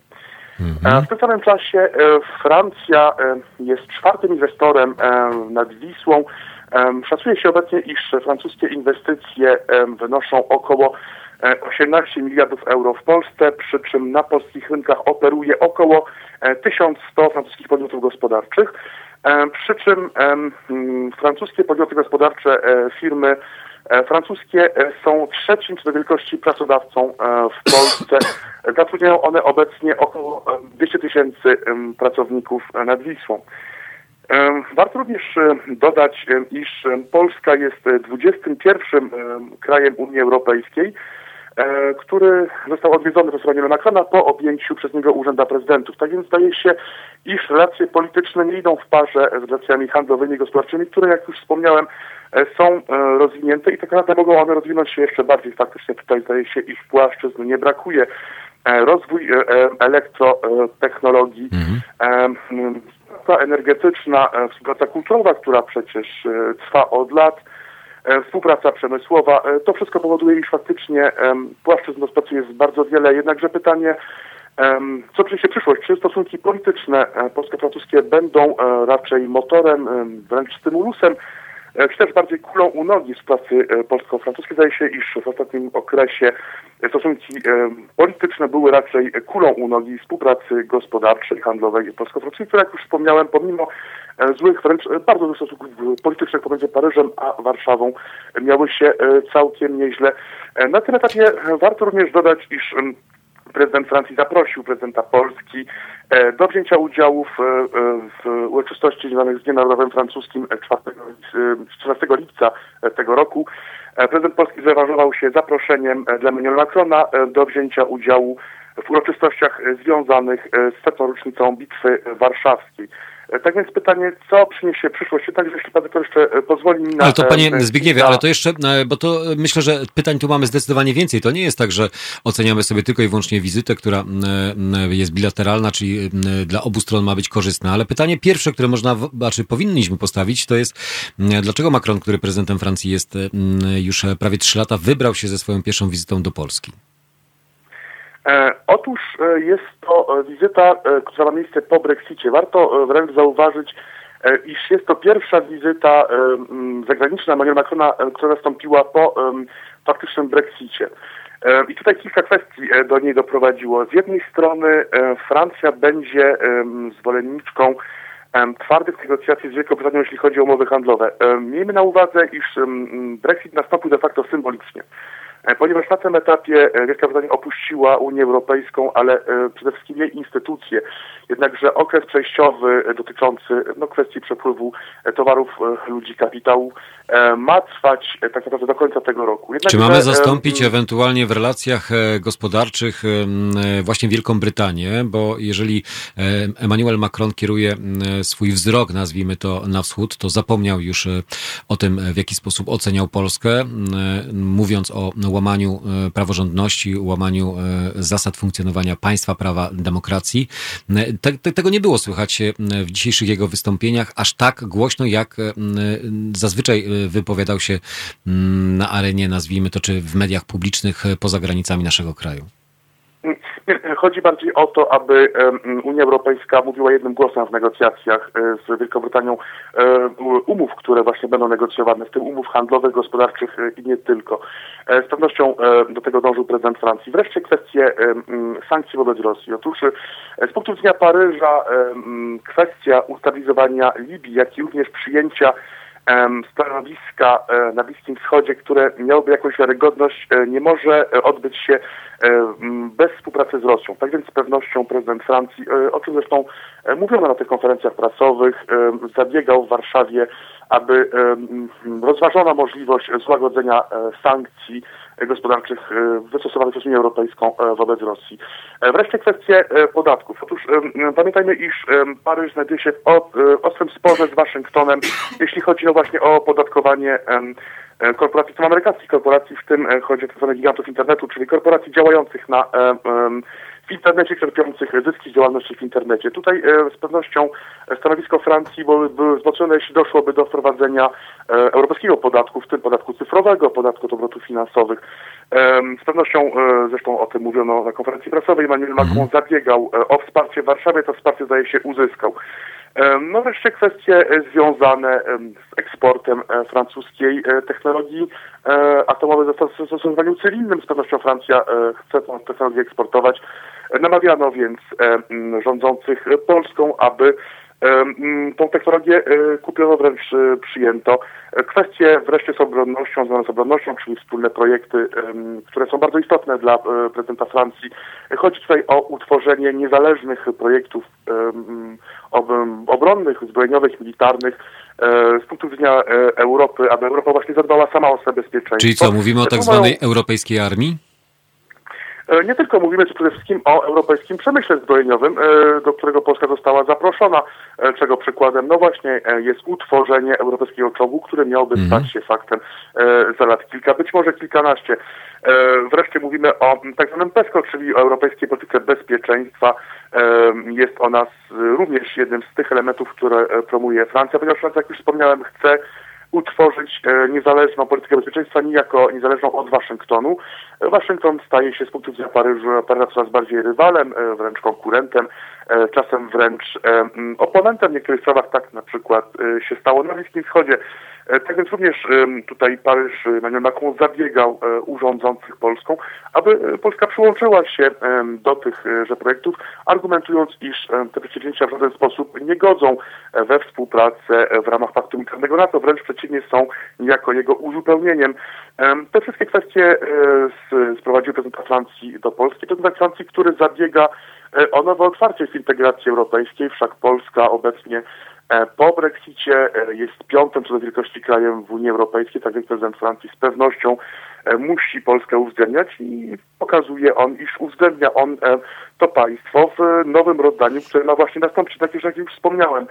W tym samym czasie Francja jest 4. inwestorem nad Wisłą. Szacuje się obecnie, iż francuskie inwestycje wynoszą około 18 miliardów euro w Polsce, przy czym na polskich rynkach operuje około 1100 francuskich podmiotów gospodarczych, przy czym francuskie podmioty gospodarcze, firmy francuskie są 3. co do wielkości pracodawcą w Polsce. Zatrudniają one obecnie około 200 000 pracowników nad Wisłą. Warto również dodać, iż Polska jest 21. krajem Unii Europejskiej, który został odwiedzony przez Emmanuela Macrona po objęciu przez niego urzędu prezydentów. Tak więc zdaje się, iż relacje polityczne nie idą w parze z relacjami handlowymi i gospodarczymi, które, jak już wspomniałem, są rozwinięte i tak naprawdę mogą one rozwinąć się jeszcze bardziej. Faktycznie tutaj zdaje się, iż płaszczyzn nie brakuje. Rozwój elektrotechnologii, współpraca energetyczna, współpraca kulturowa, która przecież trwa od lat, współpraca przemysłowa, to wszystko powoduje, iż faktycznie płaszczyzn do współpracy jest bardzo wiele. Jednakże pytanie, co przyniesie przyszłość? Czy stosunki polityczne polsko-francuskie będą raczej motorem, wręcz stymulusem, czy też bardziej kulą u nogi współpracy polsko-francuskiej? Zdaje się, iż w ostatnim okresie stosunki polityczne były raczej kulą u nogi współpracy gospodarczej, handlowej polsko-francuskiej, która, jak już wspomniałem, pomimo złych, wręcz bardzo złych stosunków politycznych pomiędzy Paryżem a Warszawą, miały się całkiem nieźle. Na tym etapie warto również dodać, iż prezydent Francji zaprosił prezydenta Polski do wzięcia udziału w uroczystości związanych z Dniem Narodowym Francuskim 14 lipca tego roku. Prezydent Polski zaangażował się zaproszeniem dla Emmanuela Macrona do wzięcia udziału w uroczystościach związanych z 100. rocznicą Bitwy Warszawskiej. Tak więc pytanie, co przyniesie przyszłość? Także jeśli pan doktor jeszcze pozwoli mi na... Ale to panie Zbigniewie, ale to jeszcze, bo to myślę, że pytań tu mamy zdecydowanie więcej. To nie jest tak, że oceniamy sobie tylko i wyłącznie wizytę, która jest bilateralna, czyli dla obu stron ma być korzystna. Ale pytanie pierwsze, które powinniśmy postawić, to jest, dlaczego Macron, który prezydentem Francji jest już prawie 3 lata, wybrał się ze swoją pierwszą wizytą do Polski? Otóż jest to wizyta, która ma miejsce po Brexicie. Warto wręcz zauważyć, iż jest to pierwsza wizyta zagraniczna Emmanuela Macrona, która nastąpiła po faktycznym Brexicie. I tutaj kilka kwestii do niej doprowadziło. Z jednej strony Francja będzie zwolenniczką twardych negocjacji z Wielką Brytanią, jeśli chodzi o umowy handlowe. Miejmy na uwadze, iż Brexit nastąpił de facto symbolicznie, ponieważ na tym etapie Wielka Brytania opuściła Unię Europejską, ale przede wszystkim jej instytucje. Jednakże okres przejściowy dotyczący kwestii przepływu towarów, ludzi, kapitału ma trwać tak naprawdę do końca tego roku. Czy mamy zastąpić ewentualnie w relacjach gospodarczych właśnie Wielką Brytanię? Bo jeżeli Emmanuel Macron kieruje swój wzrok, nazwijmy to, na wschód, to zapomniał już o tym, w jaki sposób oceniał Polskę, mówiąc o łamaniu praworządności, łamaniu zasad funkcjonowania państwa, prawa, demokracji. Tego nie było słychać w dzisiejszych jego wystąpieniach aż tak głośno, jak zazwyczaj wypowiadał się na arenie, nazwijmy to, czy w mediach publicznych poza granicami naszego kraju. Chodzi bardziej o to, aby Unia Europejska mówiła jednym głosem w negocjacjach z Wielką Brytanią umów, które właśnie będą negocjowane, w tym umów handlowych, gospodarczych i nie tylko. Z pewnością do tego dążył prezydent Francji. Wreszcie kwestie sankcji wobec Rosji. Otóż z punktu widzenia Paryża kwestia ustabilizowania Libii, jak i również przyjęcia stanowiska na Bliskim Wschodzie, które miałoby jakąś wiarygodność, nie może odbyć się bez współpracy z Rosją. Tak więc z pewnością prezydent Francji, o czym zresztą mówiono na tych konferencjach prasowych, zabiegał w Warszawie, aby rozważono możliwość złagodzenia sankcji gospodarczych wystosowanych przez Unię Europejską wobec Rosji. Wreszcie kwestie podatków. Otóż pamiętajmy, iż Paryż znajduje się w ostrym sporze z Waszyngtonem, jeśli chodzi właśnie o opodatkowanie korporacji, tym amerykańskich korporacji, w tym chodzi o tzw. gigantów internetu, czyli korporacji działających w internecie, czerpiących zyski z działalności w internecie. Tutaj z pewnością stanowisko Francji były wzmocnione, jeśli doszłoby do wprowadzenia europejskiego podatku, w tym podatku cyfrowego, podatku od obrotów finansowych. Z pewnością, zresztą o tym mówiono na konferencji prasowej, Emmanuel Macron zabiegał o wsparcie w Warszawie, to wsparcie zdaje się uzyskał. Wreszcie kwestie związane z eksportem francuskiej technologii atomowej w zastosowaniu cywilnym. Z pewnością Francja chce tę technologię eksportować. Namawiano więc rządzących Polską, aby tą technologię kupiono, wręcz przyjęto. Kwestie wreszcie z obronnością, związane z obronnością, czyli wspólne projekty, które są bardzo istotne dla prezydenta Francji. Chodzi tutaj o utworzenie niezależnych projektów obronnych, zbrojeniowych, militarnych z punktu widzenia Europy, aby Europa właśnie zadbała sama o swoje bezpieczeństwo. Czyli co, mówimy o tak zwanej europejskiej armii? Nie tylko, mówimy przede wszystkim o europejskim przemyśle zbrojeniowym, do którego Polska została zaproszona, czego przykładem właśnie jest utworzenie europejskiego czołgu, który miałby stać się faktem za lat kilka, być może kilkanaście. Wreszcie mówimy o tak zwanym PESCO, czyli o europejskiej polityce bezpieczeństwa. Jest ona również jednym z tych elementów, które promuje Francja, ponieważ Francja, jak już wspomniałem, chce utworzyć niezależną politykę bezpieczeństwa, niejako niezależną od Waszyngtonu. Waszyngton staje się z punktu widzenia Paryża coraz bardziej rywalem, wręcz konkurentem, czasem wręcz oponentem w niektórych sprawach. Tak na przykład się stało na Bliskim Wschodzie. Tak więc również tutaj Paryż, Emmanuel Macron zabiegał u rządzących Polską, aby Polska przyłączyła się do tychże projektów, argumentując, iż te przedsięwzięcia w żaden sposób nie godzą we współpracę w ramach Paktu Militarnego NATO, wręcz przeciwnie, są niejako jego uzupełnieniem. Te wszystkie kwestie sprowadziły prezydenta Francji do Polski. Prezydent Francji, który zabiega o nowe otwarcie w integracji europejskiej, wszak Polska obecnie po Brexicie jest 5. co do wielkości krajem w Unii Europejskiej, tak więc prezydent Francji z pewnością musi Polskę uwzględniać i pokazuje on, iż uwzględnia on to państwo w nowym rozdaniu, które ma właśnie nastąpić, tak jak już wspomniałem.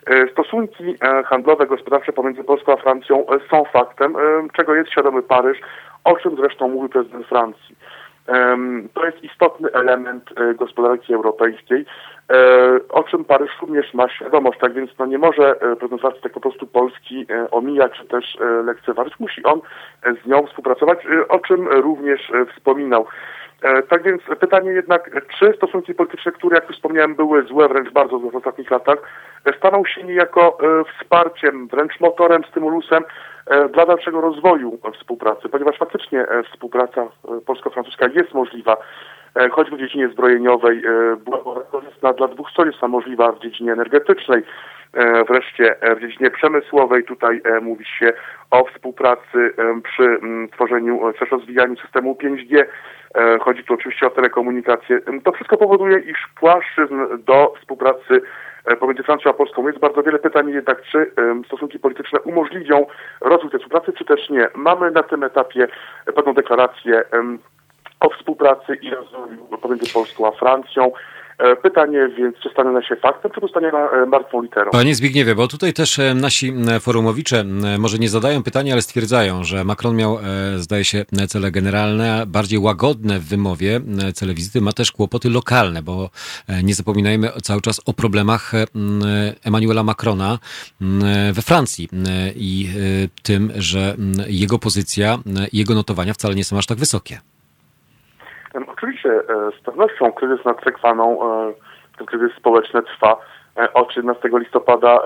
Stosunki handlowe, gospodarcze pomiędzy Polską a Francją są faktem, czego jest świadomy Paryż, o czym zresztą mówił prezydent Francji. To jest istotny element gospodarki europejskiej, o czym Paryż również ma świadomość, tak więc nie może prezydent Francji tak po prostu Polski omijać czy też lekceważyć. Musi on z nią współpracować, o czym również wspominał. Tak więc pytanie jednak, czy stosunki polityczne, które jak już wspomniałem były złe, wręcz bardzo złe w ostatnich latach, staną się niejako wsparciem, wręcz motorem, stymulusem dla dalszego rozwoju współpracy, ponieważ faktycznie współpraca polsko-francuska jest możliwa, choćby w dziedzinie zbrojeniowej, była korzystna dla dwóch stron, jest możliwa w dziedzinie energetycznej, wreszcie w dziedzinie przemysłowej. Tutaj mówi się o współpracy przy tworzeniu, też rozwijaniu systemu 5G. Chodzi tu oczywiście o telekomunikację. To wszystko powoduje, iż płaszczyzn do współpracy pomiędzy Francją a Polską jest bardzo wiele. Pytań jednak, czy stosunki polityczne umożliwią rozwój tej współpracy, czy też nie. Mamy na tym etapie pewną deklarację o współpracy i rozwoju pomiędzy Polską a Francją. Pytanie więc, czy stanie się faktem, czy zostanie martwą literą? Panie Zbigniewie, bo tutaj też nasi forumowicze może nie zadają pytania, ale stwierdzają, że Macron miał, zdaje się, cele generalne, bardziej łagodne w wymowie. Cele wizyty ma też kłopoty lokalne, bo nie zapominajmy cały czas o problemach Emmanuela Macrona we Francji i tym, że jego pozycja i jego notowania wcale nie są aż tak wysokie. Oczywiście z pewnością kryzys nad Sekwaną, ten kryzys społeczny trwa od 17 listopada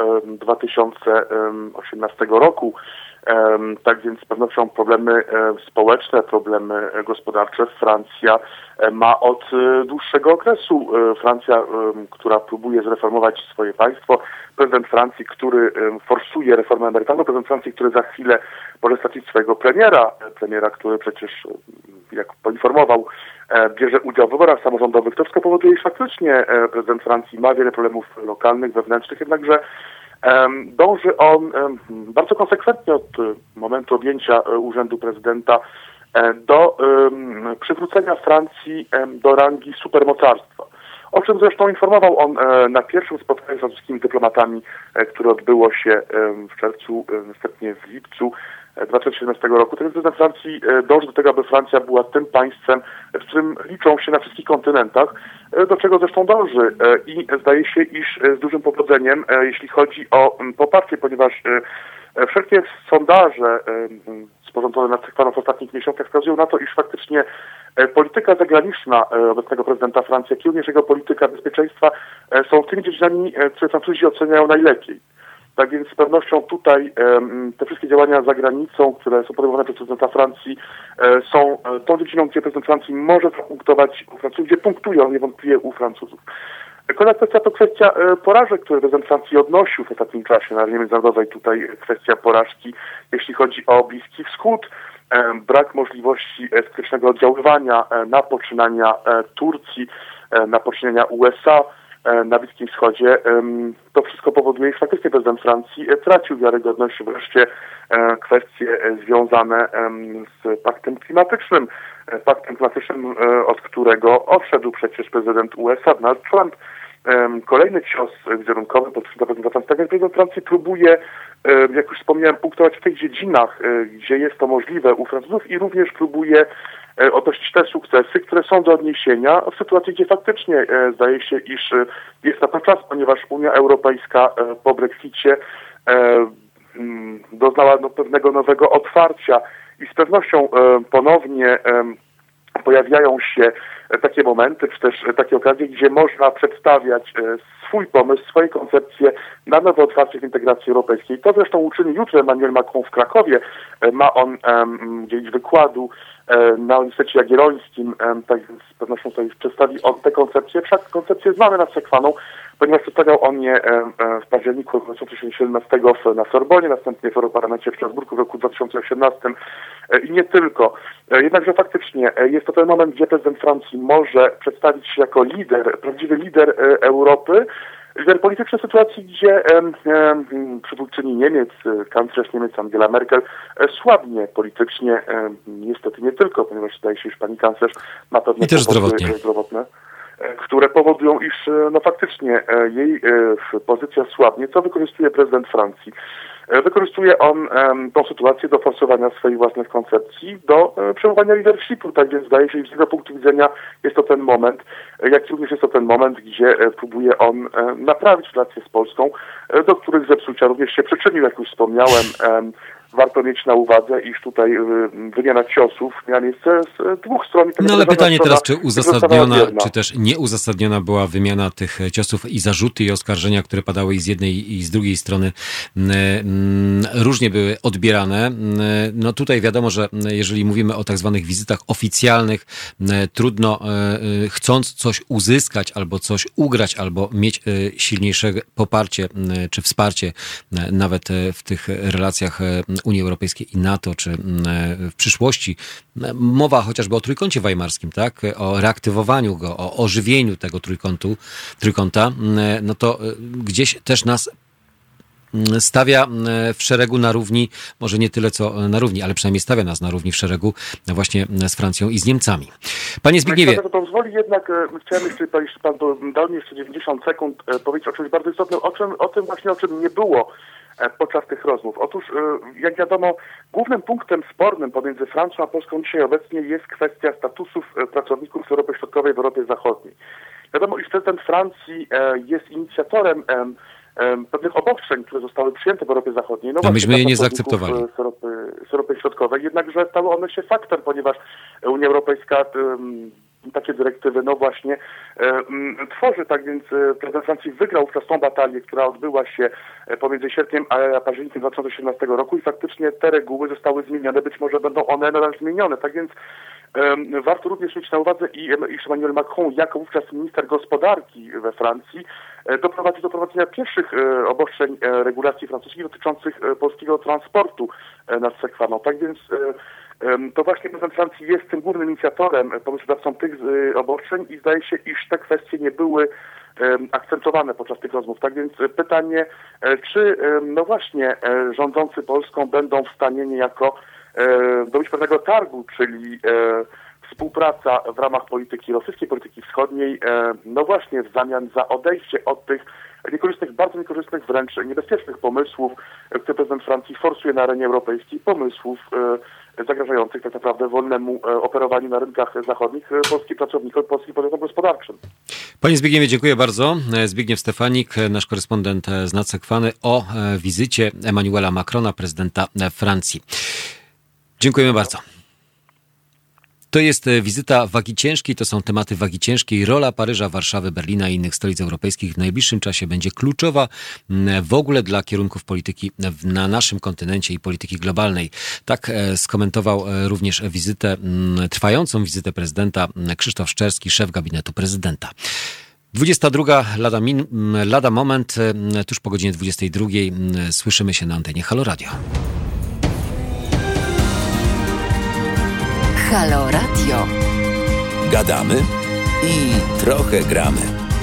2018 roku. Tak więc z pewnością problemy społeczne, problemy gospodarcze Francja ma od dłuższego okresu. Francja, która próbuje zreformować swoje państwo, prezydent Francji, który forsuje reformę emerytalną, prezydent Francji, który za chwilę może stracić swojego premiera, który przecież, jak poinformował, bierze udział w wyborach samorządowych. To wszystko powoduje, iż faktycznie prezydent Francji ma wiele problemów lokalnych, wewnętrznych, jednakże dąży on bardzo konsekwentnie od momentu objęcia urzędu prezydenta do przywrócenia Francji do rangi supermocarstwa. O czym zresztą informował on na pierwszym spotkaniu z francuskimi dyplomatami, które odbyło się w czerwcu, następnie w lipcu 2017 roku. Ten prezydent Francji dąży do tego, aby Francja była tym państwem, w którym liczą się na wszystkich kontynentach, do czego zresztą dąży. I zdaje się, iż z dużym powodzeniem, jeśli chodzi o poparcie, ponieważ wszelkie sondaże sporządzone nad Sekwaną w ostatnich miesiącach wskazują na to, iż faktycznie polityka zagraniczna obecnego prezydenta Francji, jak i również jego polityka bezpieczeństwa są tymi dziedzinami, które Francuzi oceniają najlepiej. Tak więc z pewnością tutaj te wszystkie działania za granicą, które są podejmowane przez prezydenta Francji, są tą dziedziną, gdzie prezydent Francji może zapunktować u Francuzów, gdzie punktują niewątpliwie u Francuzów. Kolejna kwestia to kwestia porażek, które prezydent Francji odnosił w ostatnim czasie na arenie międzynarodowej. Tutaj kwestia porażki, jeśli chodzi o Bliski Wschód, brak możliwości skutecznego oddziaływania na poczynania Turcji, na poczynania USA na Bliskim Wschodzie. To wszystko powoduje, że faktycznie prezydent Francji tracił wiarygodność. Wreszcie kwestie związane z paktem klimatycznym, od którego odszedł przecież prezydent USA Donald Trump. Kolejny cios wizerunkowy pod prezydenta Francji. Tak więc prezydent Francji próbuje, jak już wspomniałem, punktować w tych dziedzinach, gdzie jest to możliwe u Francuzów i również próbuje odnosić te sukcesy, które są do odniesienia w sytuacji, gdzie faktycznie zdaje się, iż jest na to czas, ponieważ Unia Europejska po Brexicie doznała pewnego nowego otwarcia i z pewnością ponownie pojawiają się takie momenty, czy też takie okazje, gdzie można przedstawiać swój pomysł, swoje koncepcje na nowe otwarcie w integracji europejskiej. To zresztą uczyni jutro Emmanuel Macron w Krakowie. Ma on udzielić wykładu na Uniwersytecie Jagiellońskim, tak więc z pewnością tutaj przedstawi on te koncepcje. Wszak koncepcje znane nad Sekwaną, ponieważ przedstawiał on je w październiku 2017 na Sorbonie, następnie w Europarlamencie w Strasburgu w roku 2018 i nie tylko. Jednakże faktycznie jest to ten moment, gdzie prezydent Francji może przedstawić się jako lider, prawdziwy lider Europy, lider polityczny w sytuacji, gdzie przywódczyni Niemiec, kanclerz Niemiec Angela Merkel słabnie politycznie, niestety nie tylko, ponieważ zdaje się, że pani kanclerz ma pewne kłopoty zdrowotne. które powodują, iż faktycznie jej pozycja słabnie, co wykorzystuje prezydent Francji. Wykorzystuje on tą sytuację do forsowania swoich własnych koncepcji, do przełowania leadershipu. Tak więc zdaje się, że z tego punktu widzenia jest to ten moment, jak również jest to ten moment, gdzie próbuje on naprawić relacje z Polską, do których zepsucia również się przyczynił, jak już wspomniałem. Warto mieć na uwadze, iż tutaj wymiana ciosów miała miejsce z dwóch stron. No ale pytanie teraz, czy uzasadniona, czy też nieuzasadniona była wymiana tych ciosów i zarzuty i oskarżenia, które padały i z jednej i z drugiej strony różnie były odbierane. No tutaj wiadomo, że jeżeli mówimy o tak zwanych wizytach oficjalnych, trudno chcąc coś uzyskać albo coś ugrać, albo mieć silniejsze poparcie czy wsparcie nawet w tych relacjach Unii Europejskiej i NATO, czy w przyszłości. Mowa chociażby o Trójkącie Weimarskim, tak? O reaktywowaniu go, o ożywieniu tego trójkąta, no to gdzieś też nas stawia w szeregu na równi, może nie tyle co na równi, ale przynajmniej stawia nas na równi w szeregu właśnie z Francją i z Niemcami. Panie Zbigniewie. To pozwoli jednak, chciałem jeszcze, jeśli pan dał mi jeszcze 90 sekund, powiedzieć o czymś bardzo istotnym, o tym właśnie, o czym nie było podczas tych rozmów. Otóż, jak wiadomo, głównym punktem spornym pomiędzy Francją a Polską dzisiaj obecnie jest kwestia statusów pracowników z Europy Środkowej w Europie Zachodniej. Wiadomo, iż prezydent Francji jest inicjatorem pewnych obostrzeń, które zostały przyjęte w Europie Zachodniej. No myśmy je nie zaakceptowali. Z Europy Środkowej, jednakże stały one się faktem, ponieważ Unia Europejska takie dyrektywy, no właśnie, tworzy. Tak więc prezydent Francji wygrał wówczas tą batalię, która odbyła się pomiędzy sierpniem a październikiem 2018 roku i faktycznie te reguły zostały zmienione. Być może będą one nadal zmienione. Tak więc warto również mieć na uwadze, iż Emmanuel Macron, jako wówczas minister gospodarki we Francji, doprowadził do prowadzenia pierwszych obostrzeń regulacji francuskich dotyczących polskiego transportu nad Sekwaną. Tak więc to właśnie prezydent Francji jest tym głównym inicjatorem, pomysłodawcą tych obostrzeń i zdaje się, iż te kwestie nie były akcentowane podczas tych rozmów. Tak więc pytanie, czy no właśnie rządzący Polską będą w stanie niejako dobić pewnego targu, czyli współpraca w ramach polityki rosyjskiej, polityki wschodniej, no właśnie w zamian za odejście od tych niekorzystnych, bardzo niekorzystnych, wręcz niebezpiecznych pomysłów, które prezydent Francji forsuje na arenie europejskiej, pomysłów zagrażających tak naprawdę wolnemu operowaniu na rynkach zachodnich polskich pracowników, polskich podmiotom gospodarczym. Panie Zbigniewie, dziękuję bardzo. Zbigniew Stefanik, nasz korespondent z nad Sekwany, o wizycie Emmanuela Macrona, prezydenta Francji. Dziękujemy bardzo. To jest wizyta wagi ciężkiej, to są tematy wagi ciężkiej. Rola Paryża, Warszawy, Berlina i innych stolic europejskich w najbliższym czasie będzie kluczowa w ogóle dla kierunków polityki na naszym kontynencie i polityki globalnej. Tak skomentował również trwającą wizytę prezydenta Krzysztof Szczerski, szef gabinetu prezydenta. 22, lada moment, tuż po godzinie 22 słyszymy się na antenie Halo Radio. Halo Radio. Gadamy i trochę gramy.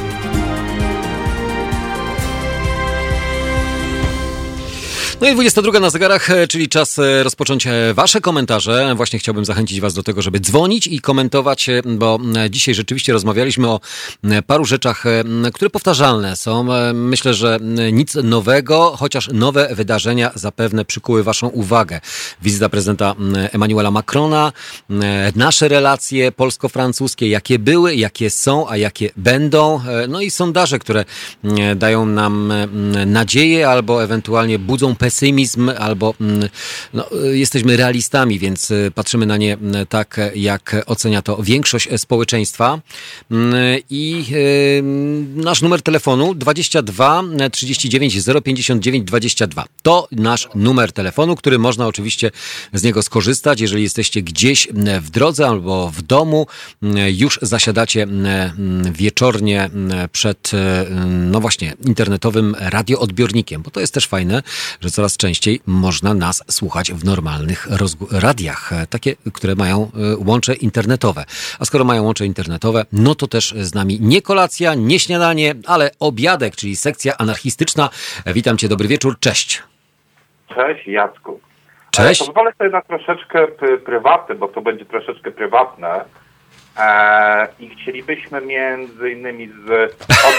No i 22 na zegarach, czyli czas rozpocząć wasze komentarze. Właśnie chciałbym zachęcić was do tego, żeby dzwonić i komentować, bo dzisiaj rzeczywiście rozmawialiśmy o paru rzeczach, które powtarzalne są. Myślę, że nic nowego, chociaż nowe wydarzenia zapewne przykuły waszą uwagę. Wizyta prezydenta Emmanuela Macrona, nasze relacje polsko-francuskie, jakie były, jakie są, a jakie będą. No i sondaże, które dają nam nadzieję albo ewentualnie budzą pesymizm, albo jesteśmy realistami, więc patrzymy na nie tak, jak ocenia to większość społeczeństwa. I nasz numer telefonu 22 39 059 22. To nasz numer telefonu, który można oczywiście z niego skorzystać, jeżeli jesteście gdzieś w drodze albo w domu, już zasiadacie wieczornie przed, no właśnie, internetowym radioodbiornikiem, bo to jest też fajne, że coraz częściej można nas słuchać w normalnych radiach, takie, które mają łącze internetowe. A skoro mają łącze internetowe, no to też z nami nie kolacja, nie śniadanie, ale obiadek, czyli sekcja anarchistyczna. Witam cię, dobry wieczór, cześć. Cześć, Jacku. Cześć. Pozwolę sobie na troszeczkę prywatne, bo to będzie troszeczkę prywatne. I chcielibyśmy między innymi z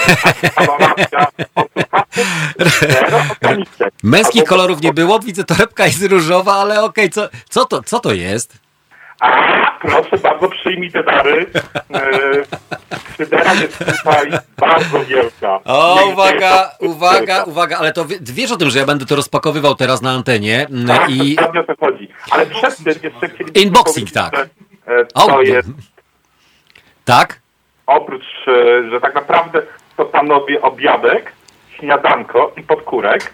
Męskich kolorów nie było, widzę, torebka jest różowa, ale okej, co to jest? Proszę bardzo, przyjmij te dary. Szydera jest tutaj bardzo wielka. O, uwaga, ale to wiesz o tym, że ja będę to rozpakowywał teraz na antenie. Tak, I o to chodzi. Ale przed tym jeszcze chcielibyśmy Unboxing, tak. To jest, tak? oprócz, że tak naprawdę to panowie obiadek, śniadanko i podkórek.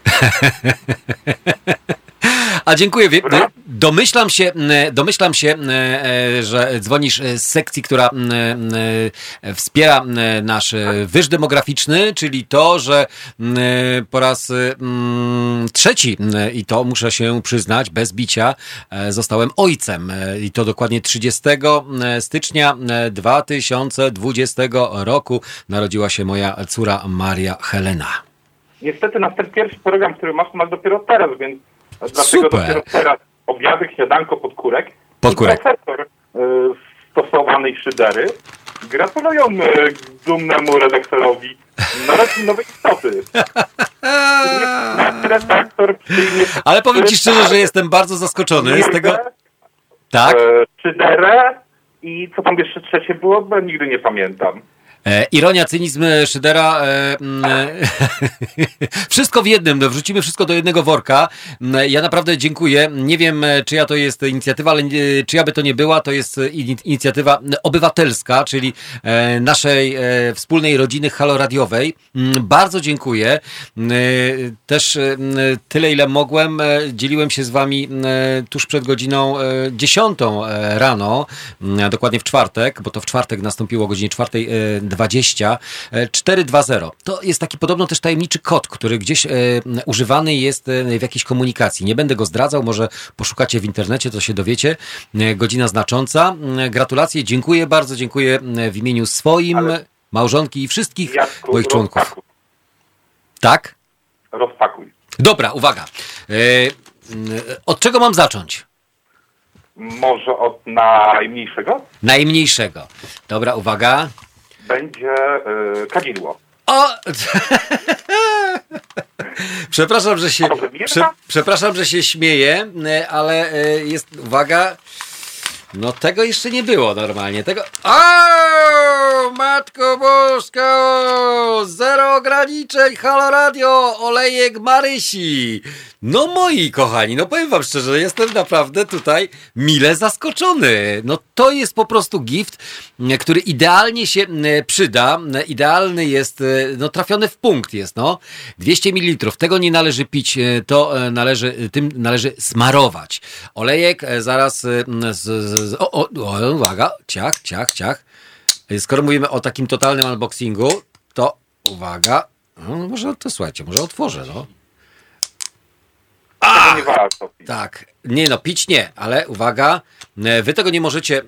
A dziękuję. Domyślam się, że dzwonisz z sekcji, która wspiera nasz wyż demograficzny, czyli to, że po raz trzeci, i to muszę się przyznać, bez bicia, zostałem ojcem. I to dokładnie 30 stycznia 2020 roku narodziła się moja córa Maria Helena. Niestety na ten pierwszy program, który masz dopiero teraz, więc dlatego Super. dopiero teraz obiadek, śniadanko, podkórek. Podkórek. I profesor stosowanej szydery gratulują dumnemu redaktorowi nowej istoty. Redaktor przyjmie... Ale powiem ci szczerze, że jestem bardzo zaskoczony z tego. Tak? Szyderę i co tam jeszcze trzecie było, bo nigdy nie pamiętam. Ironia, cynizm Szydera, wszystko w jednym, wrzucimy wszystko do jednego worka. Ja naprawdę dziękuję. Nie wiem, czyja to jest inicjatywa, ale czyja by to nie była, to jest inicjatywa obywatelska, czyli naszej wspólnej rodziny haloradiowej. Bardzo dziękuję. Też tyle, ile mogłem, dzieliłem się z wami tuż przed godziną 10 rano, dokładnie w czwartek, bo to w czwartek nastąpiło o godzinie 4:20, 420. To jest taki podobno też tajemniczy kod, który gdzieś używany jest w jakiejś komunikacji. Nie będę go zdradzał, może poszukacie w internecie, to się dowiecie. Godzina znacząca. Gratulacje, dziękuję bardzo, dziękuję w imieniu swoim, małżonki i wszystkich moich członków. Rozpakuj. Tak? Rozpakuj. Dobra, uwaga. Od czego mam zacząć? Może od najmniejszego? Najmniejszego. Dobra, uwaga. Będzie kadzidło. O! Przepraszam, że się śmieję, ale jest, uwaga, no tego jeszcze nie było normalnie. Tego. O! Matko Boska! Zero ograniczeń, Halo Radio, olejek Marysi. No moi kochani, no powiem wam szczerze, jestem naprawdę tutaj mile zaskoczony. No to jest po prostu gift, który idealnie się przyda. Idealny jest, no trafiony w punkt jest, no. 200 ml. Tego nie należy pić, tym należy smarować. Olejek zaraz uwaga, ciach. Skoro mówimy o takim totalnym unboxingu, to uwaga. No, może to słuchajcie, może otworzę, no. Nie warto pić. Tak, nie no, pić nie, ale uwaga, wy tego nie możecie...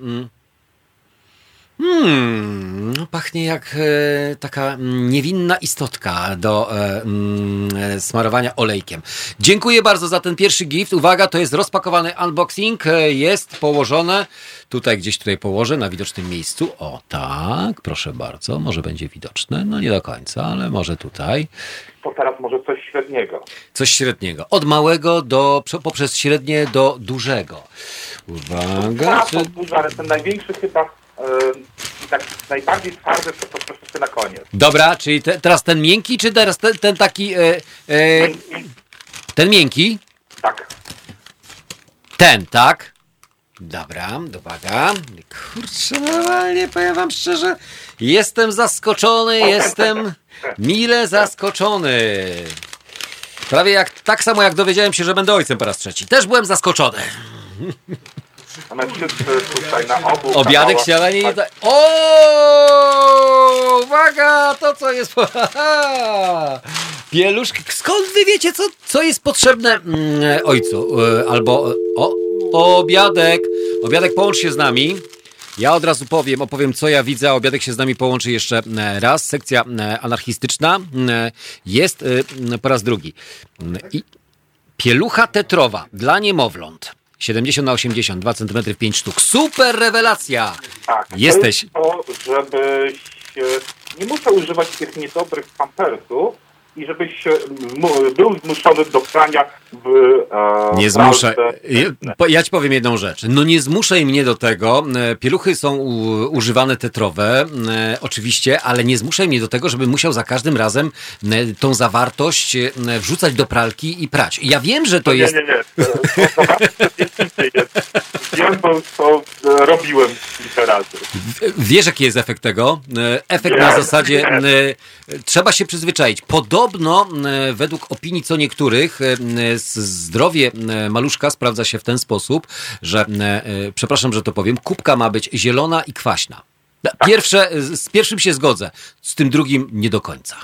no pachnie jak taka niewinna istotka do smarowania olejkiem. Dziękuję bardzo za ten pierwszy gift. Uwaga, to jest rozpakowany unboxing. Jest położone, gdzieś tutaj położę na widocznym miejscu. O tak, proszę bardzo, może będzie widoczne. No nie do końca, ale może tutaj. To teraz może coś średniego. Coś średniego. Od małego poprzez średnie do dużego. Uwaga. To duży, ale ten największy chyba tak najbardziej twardy to troszeczkę na koniec. Dobra, czyli teraz ten miękki, czy teraz ten taki... ten miękki? Tak. Ten, tak? Dobra, uwaga. Kurczę, normalnie powiem wam szczerze, jestem zaskoczony, jestem mile zaskoczony. Prawie tak samo jak dowiedziałem się, że będę ojcem po raz trzeci. Też byłem zaskoczony. A my wszyscy tutaj na obu Obiadek, kanałach- śniadanie i tak. O! Uwaga! To co jest... Pieluszki. Skąd wy wiecie, co jest potrzebne ojcu? Albo... Obiadek. Obiadek, połącz się z nami. Ja od razu opowiem, co ja widzę, a Obiadek się z nami połączy jeszcze raz. Sekcja anarchistyczna jest po raz drugi. I pielucha tetrowa dla niemowląt. 70 na 80, 2 cm, 5 sztuk. Super rewelacja! Tak, Jesteś. to jest to, żebyś nie musiał używać tych niedobrych pampersów i żebyś był zmuszony do prania w Nie zmuszaj. Ja ci powiem jedną rzecz. No nie zmuszaj mnie do tego. Pieluchy są używane tetrowe, oczywiście, ale nie zmuszaj mnie do tego, żebym musiał za każdym razem tą zawartość wrzucać do pralki i prać. Ja wiem, że to jest... Nie. Wiem, bo to robiłem kilka razy. Wiesz, jaki jest efekt tego? Efekt na zasadzie trzeba się przyzwyczaić. Podobno, według opinii co niektórych, zdrowie maluszka sprawdza się w ten sposób, że, przepraszam, że to powiem, kubka ma być zielona i kwaśna. Z pierwszym się zgodzę, z tym drugim nie do końca.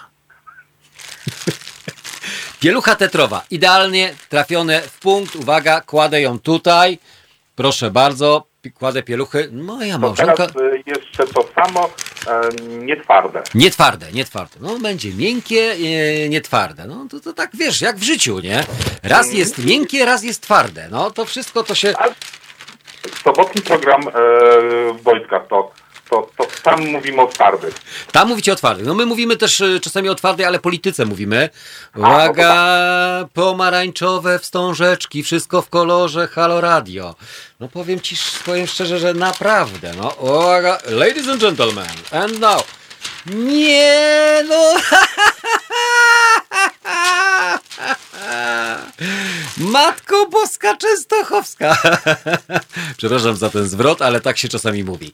Pielucha tetrowa, idealnie trafione w punkt. Uwaga, kładę ją tutaj. Proszę bardzo, kładę pieluchy. Moja małżonka... Teraz jeszcze to samo, nietwarde. Nietwarde. No będzie miękkie, nietwarde. No to tak, wiesz, jak w życiu, nie? Raz jest miękkie, raz jest twarde. No to wszystko to się... Sobotni program wojska, to tam mówimy o twardych. Tam mówicie o twardych. No my mówimy też czasami o twardej, ale polityce mówimy. Uwaga, pomarańczowe wstążeczki, wszystko w kolorze Halo Radio. No powiem szczerze, że naprawdę, no. Uwaga, ladies and gentlemen, and now. Nie, no. Matko Boska Częstochowska. Przepraszam za ten zwrot, ale tak się czasami mówi.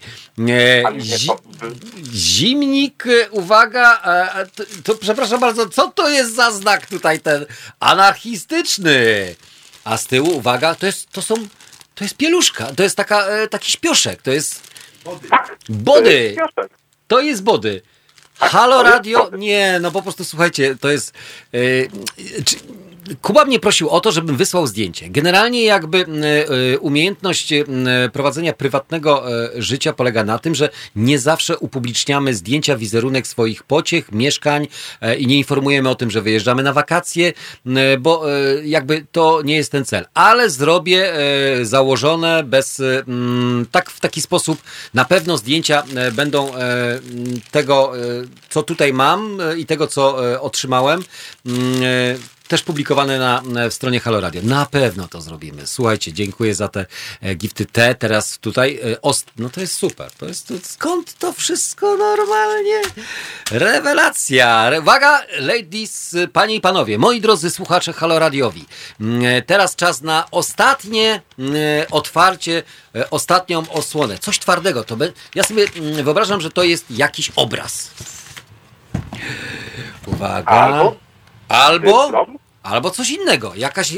Zimnik, uwaga, to przepraszam bardzo, co to jest za znak tutaj ten anarchistyczny? A z tyłu, uwaga, to jest pieluszka, to jest taki śpioszek, to jest body. To jest body. Halo Radio? Nie, no po prostu słuchajcie, to jest... Kuba mnie prosił o to, żebym wysłał zdjęcie. Generalnie jakby umiejętność prowadzenia prywatnego życia polega na tym, że nie zawsze upubliczniamy zdjęcia, wizerunek swoich pociech, mieszkań i nie informujemy o tym, że wyjeżdżamy na wakacje, bo jakby to nie jest ten cel. Ale zrobię założone w taki sposób. Na pewno zdjęcia będą tego, co tutaj mam i tego, co otrzymałem, też publikowane w stronie Halo Radio. Na pewno to zrobimy. Słuchajcie, dziękuję za te gifty. Teraz tutaj no to jest super. Skąd to wszystko normalnie? Rewelacja. Uwaga, ladies, panie i panowie, moi drodzy słuchacze Halo Radiowi. Teraz czas na ostatnie otwarcie, ostatnią osłonę. Coś twardego. Ja sobie wyobrażam, że to jest jakiś obraz. Uwaga. Albo coś innego.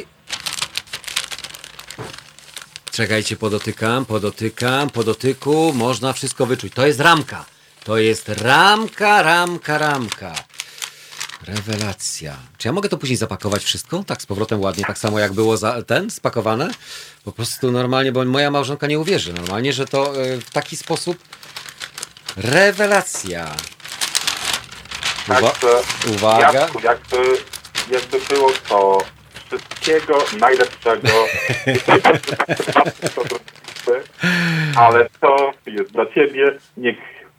Czekajcie, po dotyku można wszystko wyczuć. To jest ramka. To jest ramka. Rewelacja. Czy ja mogę to później zapakować wszystko? Tak z powrotem ładnie, tak samo jak było spakowane? Po prostu normalnie, bo moja małżonka nie uwierzy normalnie, że to w taki sposób. Rewelacja. Uwaga. Jakby było to wszystkiego najlepszego, ale to jest dla ciebie, niech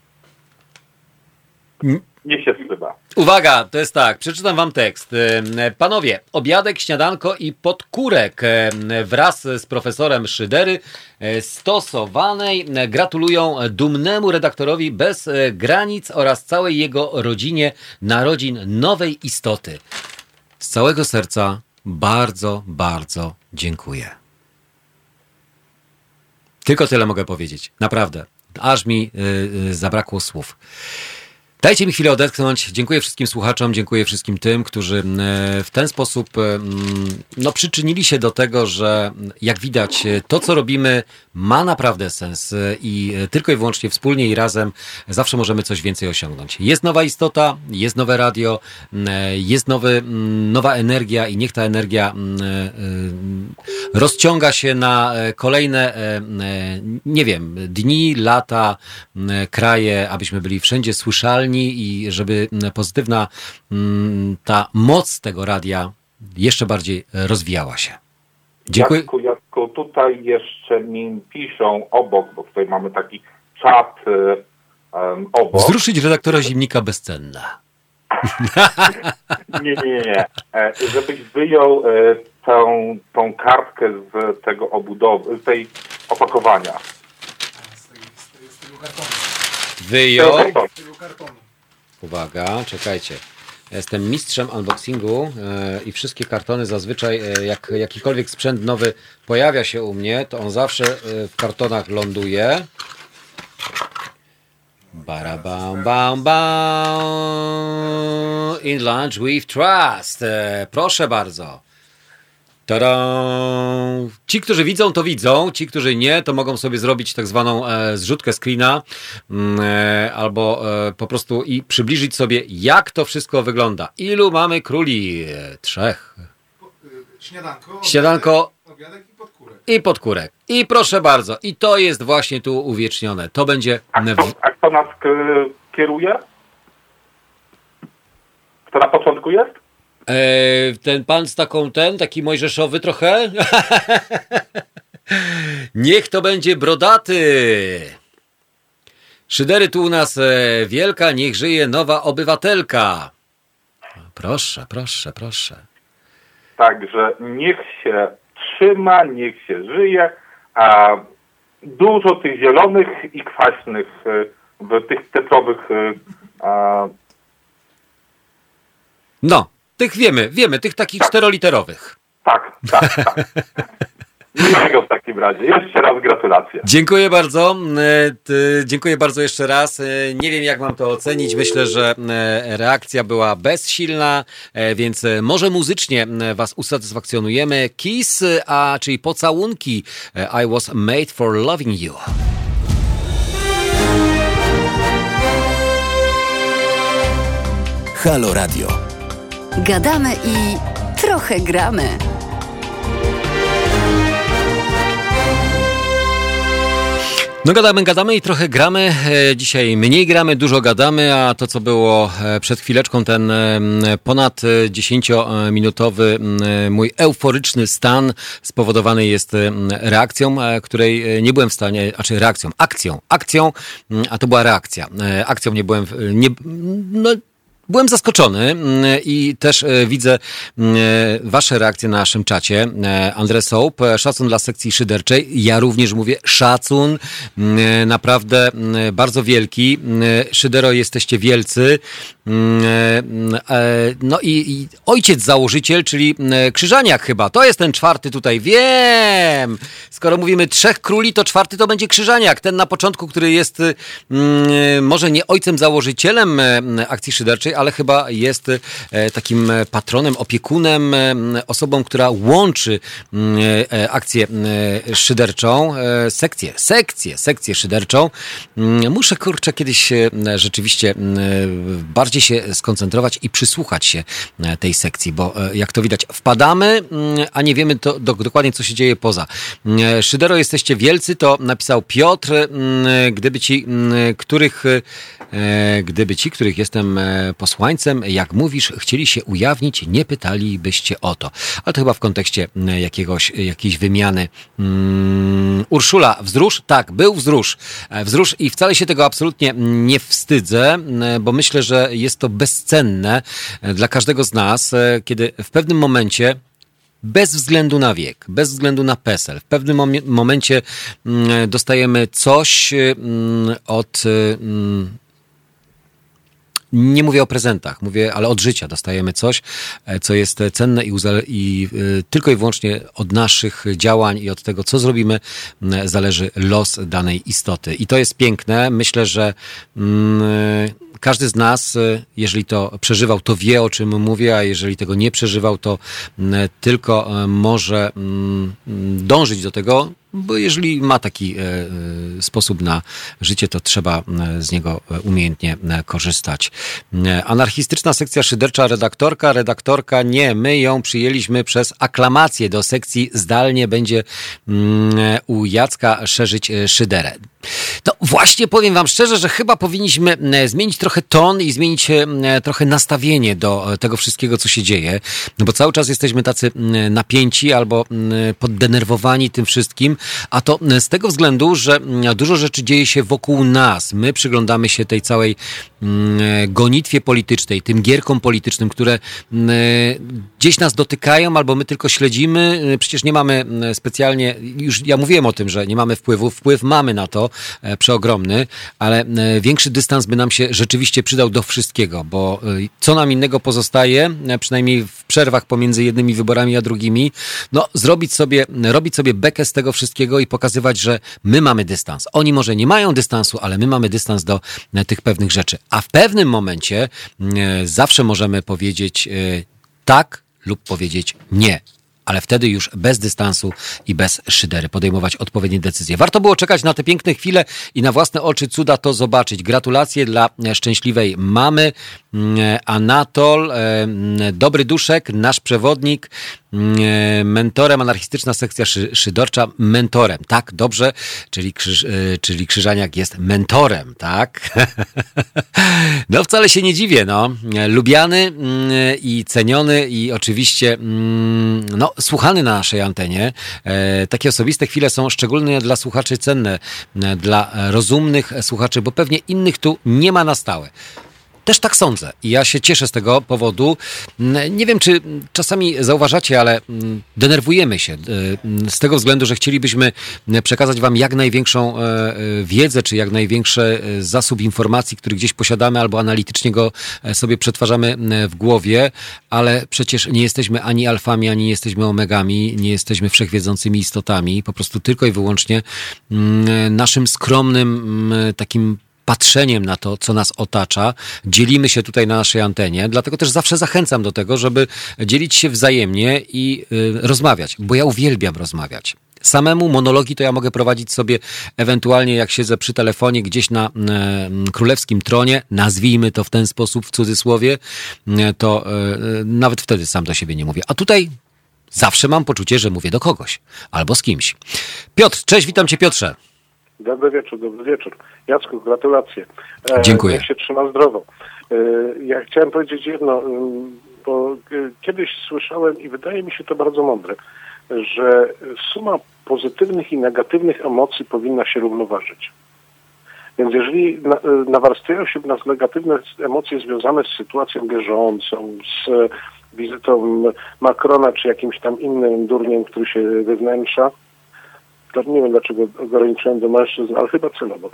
się wstyda. Uwaga, to jest tak, przeczytam wam tekst. Panowie, obiadek, śniadanko i podkórek wraz z profesorem Szydery stosowanej gratulują dumnemu redaktorowi bez granic oraz całej jego rodzinie narodzin nowej istoty. Z całego serca bardzo, bardzo dziękuję. Tylko tyle mogę powiedzieć. Naprawdę. Aż mi zabrakło słów. Dajcie mi chwilę odetchnąć. Dziękuję wszystkim słuchaczom, dziękuję wszystkim tym, którzy w ten sposób przyczynili się do tego, że jak widać to, co robimy, ma naprawdę sens i tylko i wyłącznie wspólnie i razem zawsze możemy coś więcej osiągnąć. Jest nowa istota, jest nowe radio, jest nowa energia i niech ta energia rozciąga się na kolejne, dni, lata, kraje, abyśmy byli wszędzie słyszalni i żeby pozytywna ta moc tego radia jeszcze bardziej rozwijała się. Dziękuję. tutaj jeszcze mi piszą obok, bo tutaj mamy taki czat obok. Wzruszyć redaktora Zimnika bezcenna. Nie. Żebyś wyjął tą kartkę z tego z tej opakowania. Z tego kartonu. Wyjął. Z tego kartonu. Uwaga, czekajcie. Ja jestem mistrzem unboxingu i wszystkie kartony zazwyczaj, jak jakikolwiek sprzęt nowy pojawia się u mnie, to on zawsze w kartonach ląduje. Barabam, bam, bam. In lunch with trust. Proszę bardzo. Tada! Ci, którzy widzą, to widzą. Ci, którzy nie, to mogą sobie zrobić tak zwaną zrzutkę screena albo po prostu i przybliżyć sobie, jak to wygląda. Ilu mamy króli? 3. Śniadanko. Obiadek i podkórek. I podkórek. I proszę bardzo. I to jest właśnie tu uwiecznione. To będzie... A kto nas kieruje? Kto na początku jest? Ten pan z taki mojżeszowy trochę. Niech to będzie brodaty. Szydery tu u nas wielka, niech żyje nowa obywatelka. Proszę. Także niech się trzyma, niech się żyje, a dużo tych zielonych i kwaśnych w tych cyfrowych No, tych wiemy, tych takich 4-literowych. Tak. Miłego w takim razie. Jeszcze raz gratulacje. Dziękuję bardzo. Dziękuję bardzo jeszcze raz. Nie wiem, jak mam to ocenić. Myślę, że reakcja była bezsilna, więc może muzycznie was usatysfakcjonujemy. Kiss, czyli pocałunki. I was made for loving you. Halo Radio. Gadamy i trochę gramy. No gadamy i trochę gramy. Dzisiaj mniej gramy, dużo gadamy, a to, co było przed chwileczką, ten ponad 10-minutowy mój euforyczny stan spowodowany jest reakcją, której nie byłem w stanie, akcją, a to była reakcja. Akcją nie byłem, byłem zaskoczony i też widzę wasze reakcje na naszym czacie. Andrzej Soap, szacun dla sekcji szyderczej. Ja również mówię szacun, naprawdę bardzo wielki. Szydero, jesteście wielcy. No i ojciec założyciel, czyli Krzyżaniak chyba. To jest ten 4 tutaj. Wiem! Skoro mówimy 3 króli, to 4 to będzie Krzyżaniak. Ten na początku, który jest może nie ojcem założycielem akcji szyderczej, ale chyba jest takim patronem, opiekunem, osobą, która łączy akcję szyderczą, sekcję szyderczą. Muszę, kiedyś rzeczywiście bardziej się skoncentrować i przysłuchać się tej sekcji, bo jak to widać, wpadamy, a nie wiemy dokładnie, co się dzieje poza. Szydero, jesteście wielcy, to napisał Piotr, gdyby ci, których jestem posłańcem, jak mówisz, chcieli się ujawnić, nie pytalibyście o to. Ale to chyba w kontekście jakiejś wymiany. Urszula, wzrusz? Tak, był wzrusz i wcale się tego absolutnie nie wstydzę, bo myślę, że jest to bezcenne dla każdego z nas, kiedy w pewnym momencie, bez względu na wiek, bez względu na PESEL, w pewnym momencie dostajemy coś od... Nie mówię o prezentach, ale od życia dostajemy coś, co jest cenne i tylko i wyłącznie od naszych działań i od tego, co zrobimy, zależy los danej istoty. I to jest piękne. Myślę, że każdy z nas, jeżeli to przeżywał, to wie, o czym mówię, a jeżeli tego nie przeżywał, to tylko może dążyć do tego, bo jeżeli ma taki sposób na życie, to trzeba z niego umiejętnie korzystać. Anarchistyczna sekcja szydercza, redaktorka nie, my ją przyjęliśmy przez aklamację do sekcji zdalnie, będzie u Jacka szerzyć szyderę. No właśnie powiem wam szczerze, że chyba powinniśmy zmienić trochę ton i zmienić trochę nastawienie do tego wszystkiego, co się dzieje, no bo cały czas jesteśmy tacy napięci albo poddenerwowani tym wszystkim, a to z tego względu, że dużo rzeczy dzieje się wokół nas. My przyglądamy się tej całej gonitwie politycznej, tym gierkom politycznym, które gdzieś nas dotykają albo my tylko śledzimy. Przecież nie mamy specjalnie, już ja mówiłem o tym, że nie mamy wpływu. Wpływ mamy na to, przeogromny, ale większy dystans by nam się rzeczywiście przydał do wszystkiego, bo co nam innego pozostaje, przynajmniej w przerwach pomiędzy jednymi wyborami a drugimi, no robić sobie bekę z tego wszystkiego i pokazywać, że my mamy dystans. Oni może nie mają dystansu, ale my mamy dystans do tych pewnych rzeczy. A w pewnym momencie zawsze możemy powiedzieć tak lub powiedzieć nie. Ale wtedy już bez dystansu i bez szydery podejmować odpowiednie decyzje. Warto było czekać na te piękne chwile i na własne oczy cuda to zobaczyć. Gratulacje dla szczęśliwej mamy. Anatol, dobry duszek, nasz przewodnik, mentorem, anarchistyczna sekcja szydorcza, mentorem. Tak, dobrze, czyli Krzyżaniak jest mentorem, tak? No wcale się nie dziwię, no. Lubiany i ceniony i oczywiście no, słuchany na naszej antenie. Takie osobiste chwile są szczególnie dla słuchaczy cenne, dla rozumnych słuchaczy, bo pewnie innych tu nie ma na stałe. Też tak sądzę i ja się cieszę z tego powodu. Nie wiem, czy czasami zauważacie, ale denerwujemy się z tego względu, że chcielibyśmy przekazać wam jak największą wiedzę, czy jak największy zasób informacji, który gdzieś posiadamy, albo analitycznie go sobie przetwarzamy w głowie, ale przecież nie jesteśmy ani alfami, ani nie jesteśmy omegami, nie jesteśmy wszechwiedzącymi istotami, po prostu tylko i wyłącznie naszym skromnym takim patrzeniem na to, co nas otacza. Dzielimy się tutaj na naszej antenie, dlatego też zawsze zachęcam do tego, żeby dzielić się wzajemnie i rozmawiać, bo ja uwielbiam rozmawiać. Samemu monologi to ja mogę prowadzić sobie ewentualnie jak siedzę przy telefonie gdzieś na królewskim tronie, nazwijmy to w ten sposób, w cudzysłowie, to nawet wtedy sam do siebie nie mówię. A tutaj zawsze mam poczucie, że mówię do kogoś albo z kimś. Piotr, cześć, witam cię Piotrze. Dobry wieczór. Jacku, gratulacje. Dziękuję. Niech się trzyma zdrowo. Ja chciałem powiedzieć jedno, bo kiedyś słyszałem i wydaje mi się to bardzo mądre, że suma pozytywnych i negatywnych emocji powinna się równoważyć. Więc jeżeli nawarstwiają się w nas negatywne emocje związane z sytuacją bieżącą, z wizytą Macrona czy jakimś tam innym durniem, który się wywnętrza, to nie wiem dlaczego ograniczyłem do mężczyzn, ale chyba celowo,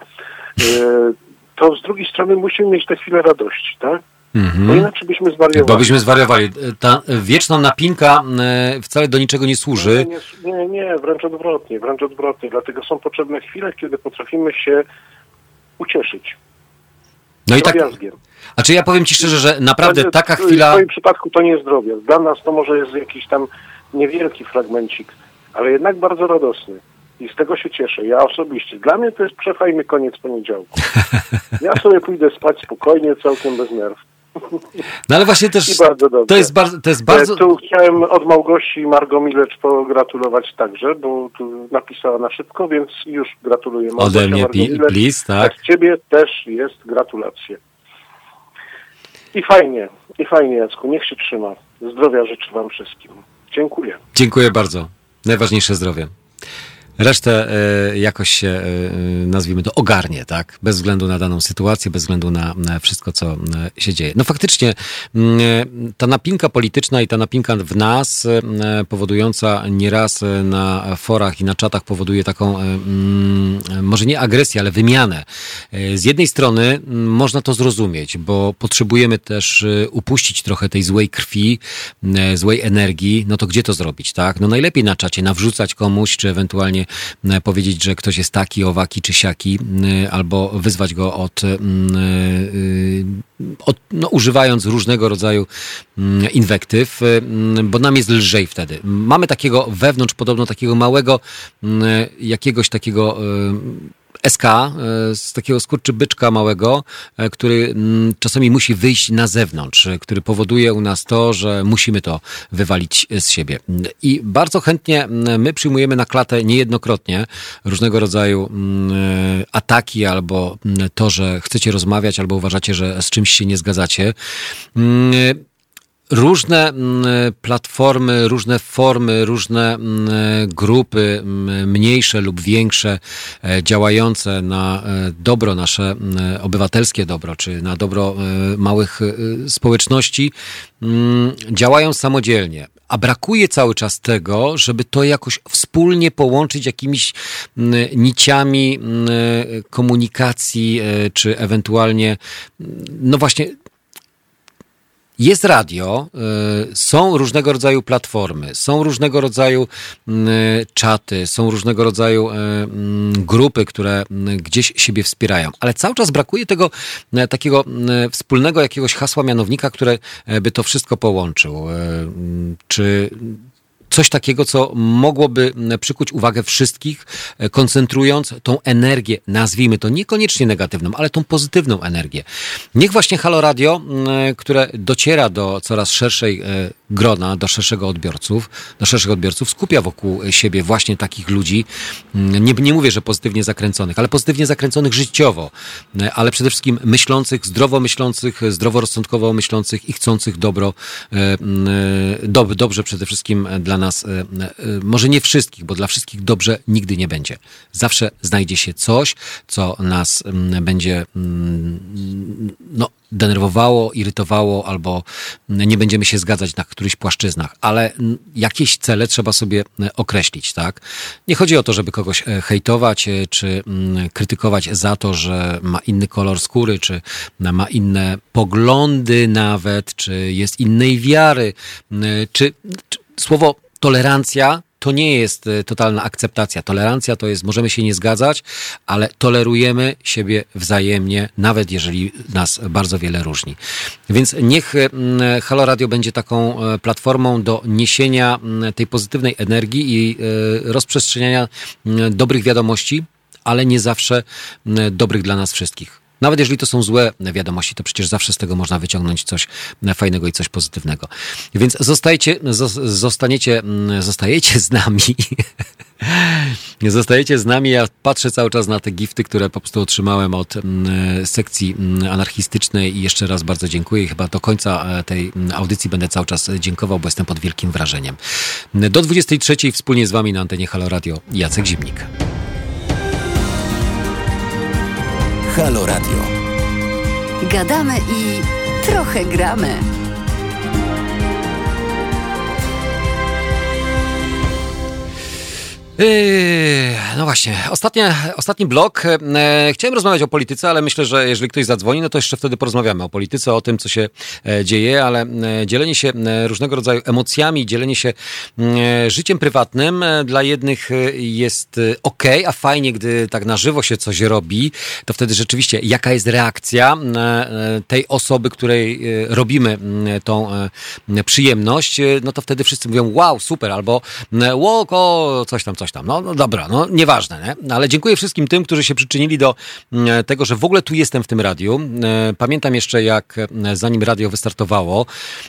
to z drugiej strony musimy mieć tę chwilę radości, tak? Bo inaczej byśmy zwariowali. Bo byśmy zwariowali. Ta wieczna napinka wcale do niczego nie służy. Nie, wręcz odwrotnie. Dlatego są potrzebne chwile, kiedy potrafimy się ucieszyć. No i tak. A czy ja powiem ci szczerze, że naprawdę taka chwila... W swoim przypadku to nie jest drobiazg. Dla nas to może jest jakiś tam niewielki fragmencik, ale jednak bardzo radosny. I z tego się cieszę. Ja osobiście. Dla mnie to jest przefajny koniec poniedziałku. Ja sobie pójdę spać spokojnie, całkiem bez nerw. No ale właśnie też to jest bardzo... Tu chciałem od Małgosi Margomilecz pogratulować także, bo tu napisała na szybko, więc już gratuluję. Ode mnie, please, tak. A z ciebie też jest gratulacje. I fajnie, Jacku, niech się trzyma. Zdrowia życzę wam wszystkim. Dziękuję. Dziękuję bardzo. Najważniejsze zdrowie. Resztę jakoś się, nazwijmy to, ogarnie, tak? Bez względu na daną sytuację, bez względu na wszystko, co się dzieje. No faktycznie ta napinka polityczna i ta napinka w nas, powodująca nieraz na forach i na czatach, powoduje taką, może nie agresję, ale wymianę. Z jednej strony można to zrozumieć, bo potrzebujemy też upuścić trochę tej złej krwi, złej energii. No to gdzie to zrobić, tak? No najlepiej na czacie nawrzucać komuś, czy ewentualnie powiedzieć, że ktoś jest taki, owaki czy siaki, albo wyzwać go no, używając różnego rodzaju inwektyw, bo nam jest lżej wtedy. Mamy takiego wewnątrz podobno takiego małego jakiegoś takiego SK, z takiego skurczybyczka małego, który czasami musi wyjść na zewnątrz, który powoduje u nas to, że musimy to wywalić z siebie. I bardzo chętnie my przyjmujemy na klatę niejednokrotnie różnego rodzaju ataki albo to, że chcecie rozmawiać albo uważacie, że z czymś się nie zgadzacie. Różne platformy, różne formy, różne grupy, mniejsze lub większe, działające na dobro nasze, obywatelskie dobro, czy na dobro małych społeczności, działają samodzielnie. A brakuje cały czas tego, żeby to jakoś wspólnie połączyć jakimiś niciami komunikacji, czy ewentualnie, no właśnie, jest radio, są różnego rodzaju platformy, są różnego rodzaju czaty, są różnego rodzaju grupy, które gdzieś siebie wspierają, ale cały czas brakuje tego takiego wspólnego jakiegoś hasła mianownika, które by to wszystko połączył. Czy coś takiego, co mogłoby przykuć uwagę wszystkich, koncentrując tą energię, nazwijmy to niekoniecznie negatywną, ale tą pozytywną energię. Niech właśnie Halo Radio, które dociera do coraz szerszej grona, do szerszych odbiorców, skupia wokół siebie właśnie takich ludzi, nie mówię, że pozytywnie zakręconych, ale pozytywnie zakręconych życiowo, ale przede wszystkim myślących, zdroworozsądkowo myślących i chcących dobrze przede wszystkim dla nas, może nie wszystkich, bo dla wszystkich dobrze nigdy nie będzie. Zawsze znajdzie się coś, co nas będzie denerwowało, irytowało, albo nie będziemy się zgadzać na którychś płaszczyznach, ale jakieś cele trzeba sobie określić, tak? Nie chodzi o to, żeby kogoś hejtować, czy krytykować za to, że ma inny kolor skóry, czy ma inne poglądy nawet, czy jest innej wiary, czy słowo tolerancja to nie jest totalna akceptacja. Tolerancja to jest, możemy się nie zgadzać, ale tolerujemy siebie wzajemnie, nawet jeżeli nas bardzo wiele różni. Więc niech Halo Radio będzie taką platformą do niesienia tej pozytywnej energii i rozprzestrzeniania dobrych wiadomości, ale nie zawsze dobrych dla nas wszystkich. Nawet jeżeli to są złe wiadomości, to przecież zawsze z tego można wyciągnąć coś fajnego i coś pozytywnego. Więc zostajecie z nami. Zostajecie z nami. Ja patrzę cały czas na te gifty, które po prostu otrzymałem od sekcji anarchistycznej i jeszcze raz bardzo dziękuję. I chyba do końca tej audycji będę cały czas dziękował, bo jestem pod wielkim wrażeniem. Do 23:00 wspólnie z wami na antenie Halo Radio Jacek Zimnik. Halo Radio. Gadamy i trochę gramy. No właśnie, ostatni blok. Chciałem rozmawiać o polityce, ale myślę, że jeżeli ktoś zadzwoni, no to jeszcze wtedy porozmawiamy o polityce, o tym, co się dzieje, ale dzielenie się różnego rodzaju emocjami, dzielenie się życiem prywatnym dla jednych jest okej, a fajnie, gdy tak na żywo się coś robi, to wtedy rzeczywiście jaka jest reakcja tej osoby, której robimy tą przyjemność, no to wtedy wszyscy mówią wow, super, albo coś tam. No dobra, nieważne, nie? Ale dziękuję wszystkim tym, którzy się przyczynili do tego, że w ogóle tu jestem w tym radiu. Pamiętam jeszcze, jak zanim radio wystartowało,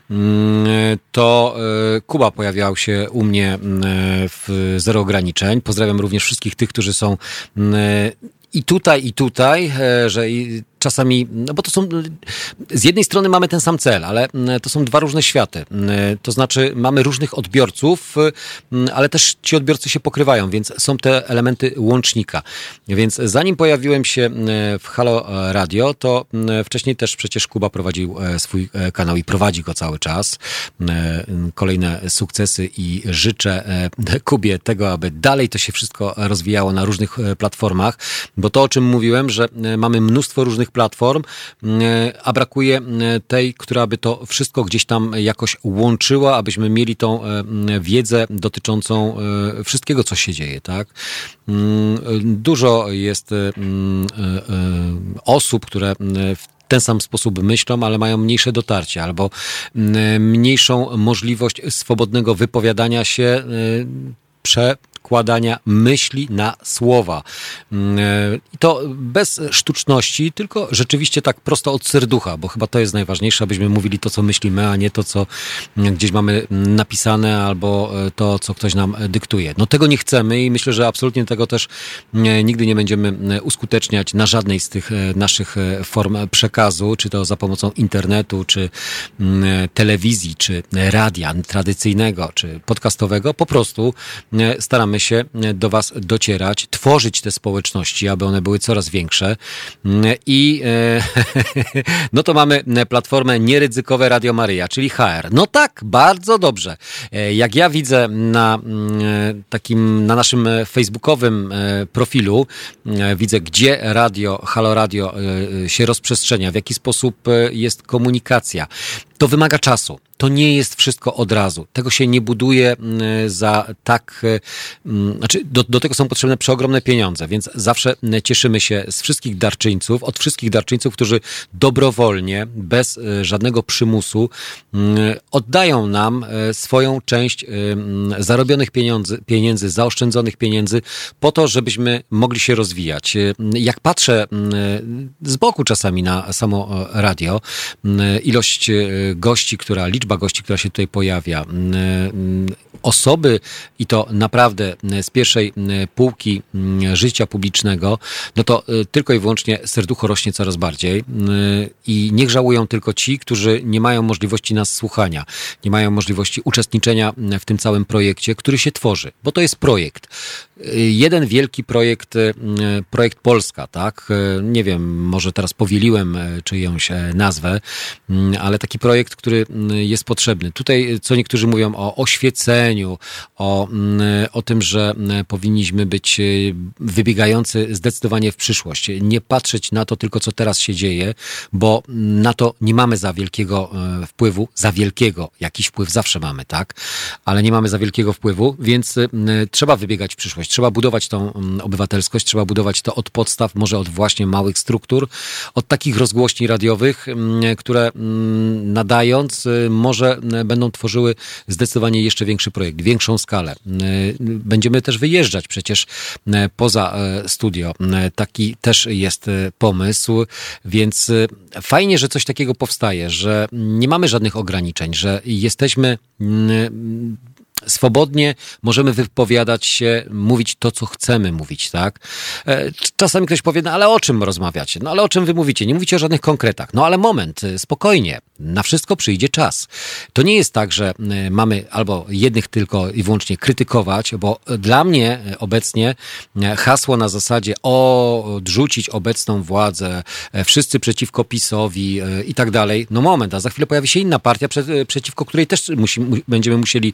to Kuba pojawiał się u mnie w Zero Ograniczeń. Pozdrawiam również wszystkich tych, którzy są i tutaj, że czasami, no bo to są, z jednej strony mamy ten sam cel, ale to są dwa różne światy. To znaczy mamy różnych odbiorców, ale też ci odbiorcy się pokrywają, więc są te elementy łącznika. Więc zanim pojawiłem się w Halo Radio, to wcześniej też przecież Kuba prowadził swój kanał i prowadzi go cały czas. Kolejne sukcesy i życzę Kubie tego, aby dalej to się wszystko rozwijało na różnych platformach, bo to, o czym mówiłem, że mamy mnóstwo różnych platform, a brakuje tej, która by to wszystko gdzieś tam jakoś łączyła, abyśmy mieli tą wiedzę dotyczącą wszystkiego, co się dzieje, tak? Dużo jest osób, które w ten sam sposób myślą, ale mają mniejsze dotarcie albo mniejszą możliwość swobodnego wypowiadania się przekładania myśli na słowa. I to bez sztuczności, tylko rzeczywiście tak prosto od serducha, bo chyba to jest najważniejsze, abyśmy mówili to, co myślimy, a nie to, co gdzieś mamy napisane albo to, co ktoś nam dyktuje. No tego nie chcemy i myślę, że absolutnie tego też nigdy nie będziemy uskuteczniać na żadnej z tych naszych form przekazu, czy to za pomocą internetu, czy telewizji, czy radia tradycyjnego, czy podcastowego. Po prostu staramy się do was docierać, tworzyć te społeczności, aby one były coraz większe. I no to mamy platformę Nieryzykowe Radio Maryja, czyli HR. No tak, bardzo dobrze. Jak ja widzę na naszym facebookowym profilu, widzę, gdzie Halo Radio się rozprzestrzenia, w jaki sposób jest komunikacja. To wymaga czasu. To nie jest wszystko od razu. Tego się nie buduje za tak... Znaczy, do tego są potrzebne przeogromne pieniądze, więc zawsze cieszymy się z wszystkich darczyńców, od wszystkich darczyńców, którzy dobrowolnie, bez żadnego przymusu oddają nam swoją część zarobionych pieniędzy, zaoszczędzonych pieniędzy po to, żebyśmy mogli się rozwijać. Jak patrzę z boku czasami na samo radio, liczba gości, która się tutaj pojawia, osoby i to naprawdę z pierwszej półki życia publicznego, no to tylko i wyłącznie serducho rośnie coraz bardziej i niech żałują tylko ci, którzy nie mają możliwości nas słuchania, nie mają możliwości uczestniczenia w tym całym projekcie, który się tworzy, bo to jest projekt. Jeden wielki projekt Polska, tak? Nie wiem, może teraz powieliłem czyjąś nazwę, ale taki projekt, który jest potrzebny. Tutaj, co niektórzy mówią o oświeceniu, o tym, że powinniśmy być wybiegający zdecydowanie w przyszłość. Nie patrzeć na to tylko, co teraz się dzieje, bo na to nie mamy za wielkiego wpływu. Jakiś wpływ zawsze mamy, tak? Ale nie mamy za wielkiego wpływu, więc trzeba wybiegać w przyszłość. Trzeba budować tą obywatelskość, trzeba budować to od podstaw, może od właśnie małych struktur, od takich rozgłośni radiowych, które nadając może będą tworzyły zdecydowanie jeszcze większy projekt, większą skalę. Będziemy też wyjeżdżać przecież poza studio. Taki też jest pomysł, więc fajnie, że coś takiego powstaje, że nie mamy żadnych ograniczeń, że jesteśmy swobodnie możemy wypowiadać się, mówić to, co chcemy mówić, tak? Czasami ktoś powie, no ale o czym rozmawiacie? No ale o czym wy mówicie? Nie mówicie o żadnych konkretach. No ale moment, spokojnie. Na wszystko przyjdzie czas. To nie jest tak, że mamy albo jednych tylko i wyłącznie krytykować, bo dla mnie obecnie hasło na zasadzie odrzucić obecną władzę, wszyscy przeciwko PiS-owi i tak dalej. No moment, a za chwilę pojawi się inna partia, przeciwko której też będziemy musieli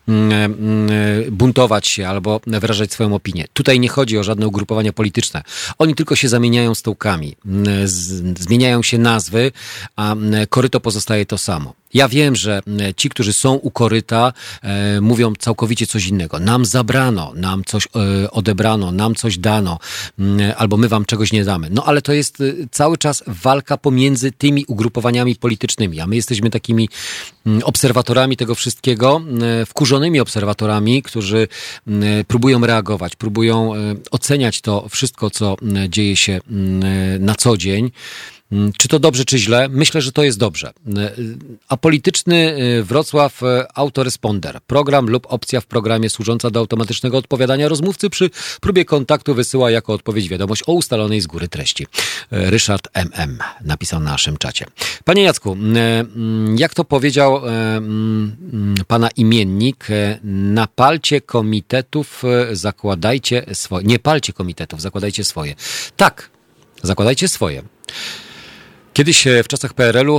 buntować się albo wyrażać swoją opinię. Tutaj nie chodzi o żadne ugrupowania polityczne. Oni tylko się zamieniają stołkami. Zmieniają się nazwy, a koryto pozostaje to samo. Ja wiem, że ci, którzy są u koryta, mówią całkowicie coś innego. Nam zabrano, nam coś odebrano, nam coś dano, albo my wam czegoś nie damy. No ale to jest cały czas walka pomiędzy tymi ugrupowaniami politycznymi, a my jesteśmy takimi obserwatorami tego wszystkiego, wkurzonymi obserwatorami, którzy próbują reagować, próbują oceniać to wszystko, co dzieje się na co dzień. Czy to dobrze, czy źle? Myślę, że to jest dobrze. Apolityczny Wrocław Autoresponder. Program lub opcja w programie służąca do automatycznego odpowiadania rozmówcy przy próbie kontaktu wysyła jako odpowiedź wiadomość o ustalonej z góry treści. Ryszard MM napisał na naszym czacie. Panie Jacku, jak to powiedział pana imiennik, na palcie komitetów zakładajcie swoje. Nie palcie komitetów, zakładajcie swoje. Tak, zakładajcie swoje. Kiedyś w czasach PRL-u,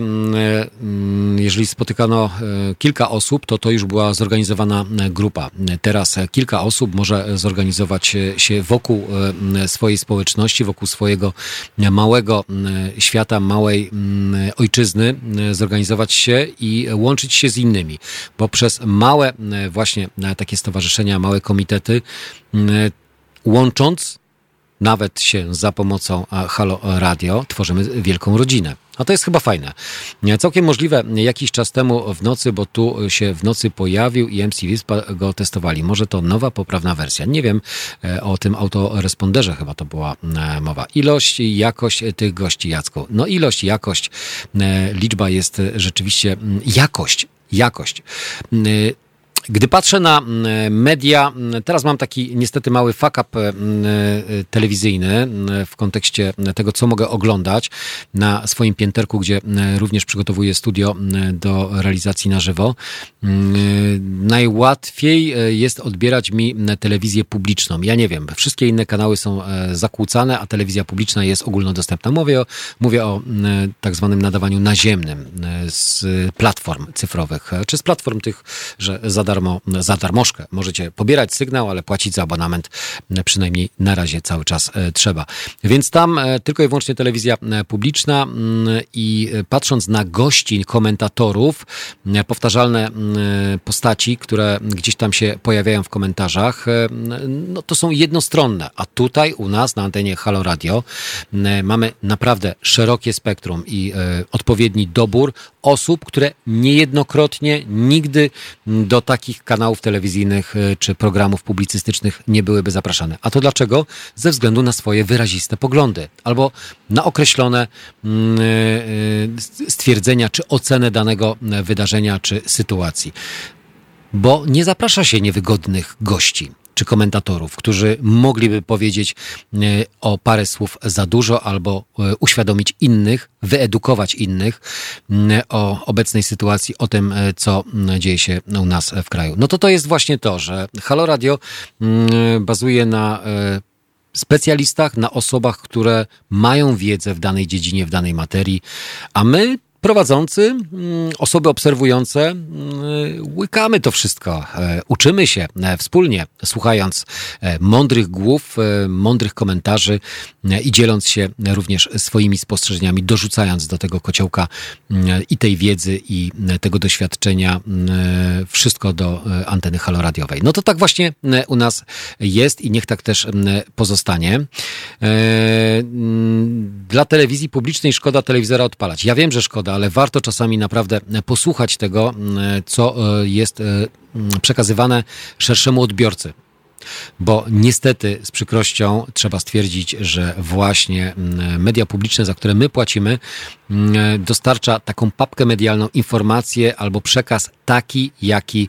jeżeli spotykano kilka osób, to już była zorganizowana grupa. Teraz kilka osób może zorganizować się wokół swojej społeczności, wokół swojego małego świata, małej ojczyzny, zorganizować się i łączyć się z innymi. Bo przez małe właśnie takie stowarzyszenia, małe komitety, łącząc, nawet się za pomocą Halo Radio tworzymy wielką rodzinę. A to jest chyba fajne. Całkiem możliwe jakiś czas temu w nocy, bo tu się w nocy pojawił i MC Wyspa go testowali. Może to nowa, poprawna wersja. Nie wiem, o tym autoresponderze chyba to była mowa. Ilość i jakość tych gości, Jacku. No ilość, jakość, liczba jest rzeczywiście jakość. Gdy patrzę na media, teraz mam taki niestety mały fuck up telewizyjny w kontekście tego, co mogę oglądać na swoim pięterku, gdzie również przygotowuję studio do realizacji na żywo. Najłatwiej jest odbierać mi telewizję publiczną. Ja nie wiem, wszystkie inne kanały są zakłócane, a telewizja publiczna jest ogólnodostępna. Mówię o tak zwanym nadawaniu naziemnym z platform cyfrowych, czy z platform tych, że za darmożkę możecie pobierać sygnał, ale płacić za abonament przynajmniej na razie cały czas trzeba. Więc tam tylko i wyłącznie telewizja publiczna i patrząc na gości, komentatorów, powtarzalne postaci, które gdzieś tam się pojawiają w komentarzach, no to są jednostronne. A tutaj u nas na antenie Halo Radio mamy naprawdę szerokie spektrum i odpowiedni dobór osób, które niejednokrotnie nigdy do takich kanałów telewizyjnych czy programów publicystycznych nie byłyby zapraszane. A to dlaczego? Ze względu na swoje wyraziste poglądy albo na określone stwierdzenia czy ocenę danego wydarzenia czy sytuacji. Bo nie zaprasza się niewygodnych gości czy komentatorów, którzy mogliby powiedzieć o parę słów za dużo albo uświadomić innych, wyedukować innych o obecnej sytuacji, o tym, co dzieje się u nas w kraju. No to jest właśnie to, że Halo Radio bazuje na specjalistach, na osobach, które mają wiedzę w danej dziedzinie, w danej materii, a my prowadzący, osoby obserwujące, łykamy to wszystko, uczymy się wspólnie, słuchając mądrych głów, mądrych komentarzy i dzieląc się również swoimi spostrzeżeniami, dorzucając do tego kociołka i tej wiedzy i tego doświadczenia wszystko do anteny haloradiowej. No to tak właśnie u nas jest i niech tak też pozostanie. Dla telewizji publicznej szkoda telewizora odpalać. Ja wiem, że szkoda, ale warto czasami naprawdę posłuchać tego, co jest przekazywane szerszemu odbiorcy. Bo niestety z przykrością trzeba stwierdzić, że właśnie media publiczne, za które my płacimy, dostarcza taką papkę medialną, informację albo przekaz taki, jaki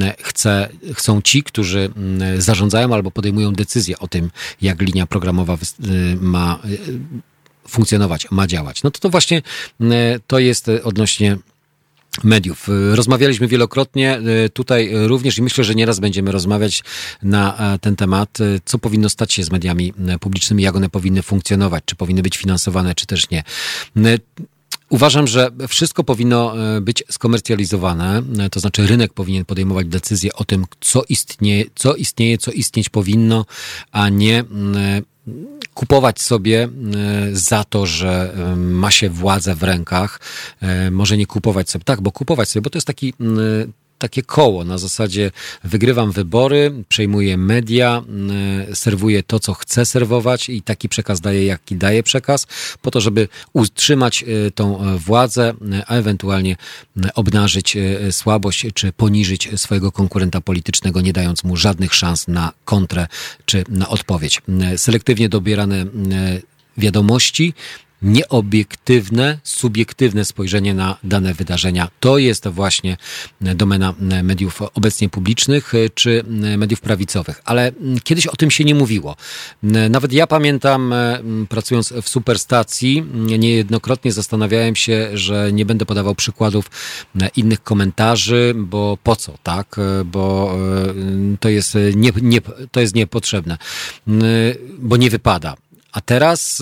chcą ci, którzy zarządzają albo podejmują decyzje o tym, jak linia programowa ma funkcjonować, ma działać. No to właśnie to jest odnośnie mediów. Rozmawialiśmy wielokrotnie tutaj również i myślę, że nieraz będziemy rozmawiać na ten temat, co powinno stać się z mediami publicznymi, jak one powinny funkcjonować, czy powinny być finansowane, czy też nie. Uważam, że wszystko powinno być skomercjalizowane, to znaczy rynek powinien podejmować decyzje o tym, co istnieje, co istnieć powinno, a nie kupować sobie za to, że ma się władzę w rękach. Może nie kupować sobie, tak, bo kupować sobie, bo to jest takie koło na zasadzie wygrywam wybory, przejmuję media, serwuję to, co chcę serwować i taki przekaz daję, jaki daję przekaz, po to, żeby utrzymać tą władzę, a ewentualnie obnażyć słabość, czy poniżyć swojego konkurenta politycznego, nie dając mu żadnych szans na kontrę, czy na odpowiedź. Selektywnie dobierane wiadomości, nieobiektywne, subiektywne spojrzenie na dane wydarzenia. To jest właśnie domena mediów obecnie publicznych czy mediów prawicowych. Ale kiedyś o tym się nie mówiło. Nawet ja pamiętam, pracując w Superstacji, niejednokrotnie zastanawiałem się, że nie będę podawał przykładów innych komentarzy, bo po co, tak? Bo to jest niepotrzebne, bo nie wypada. A teraz,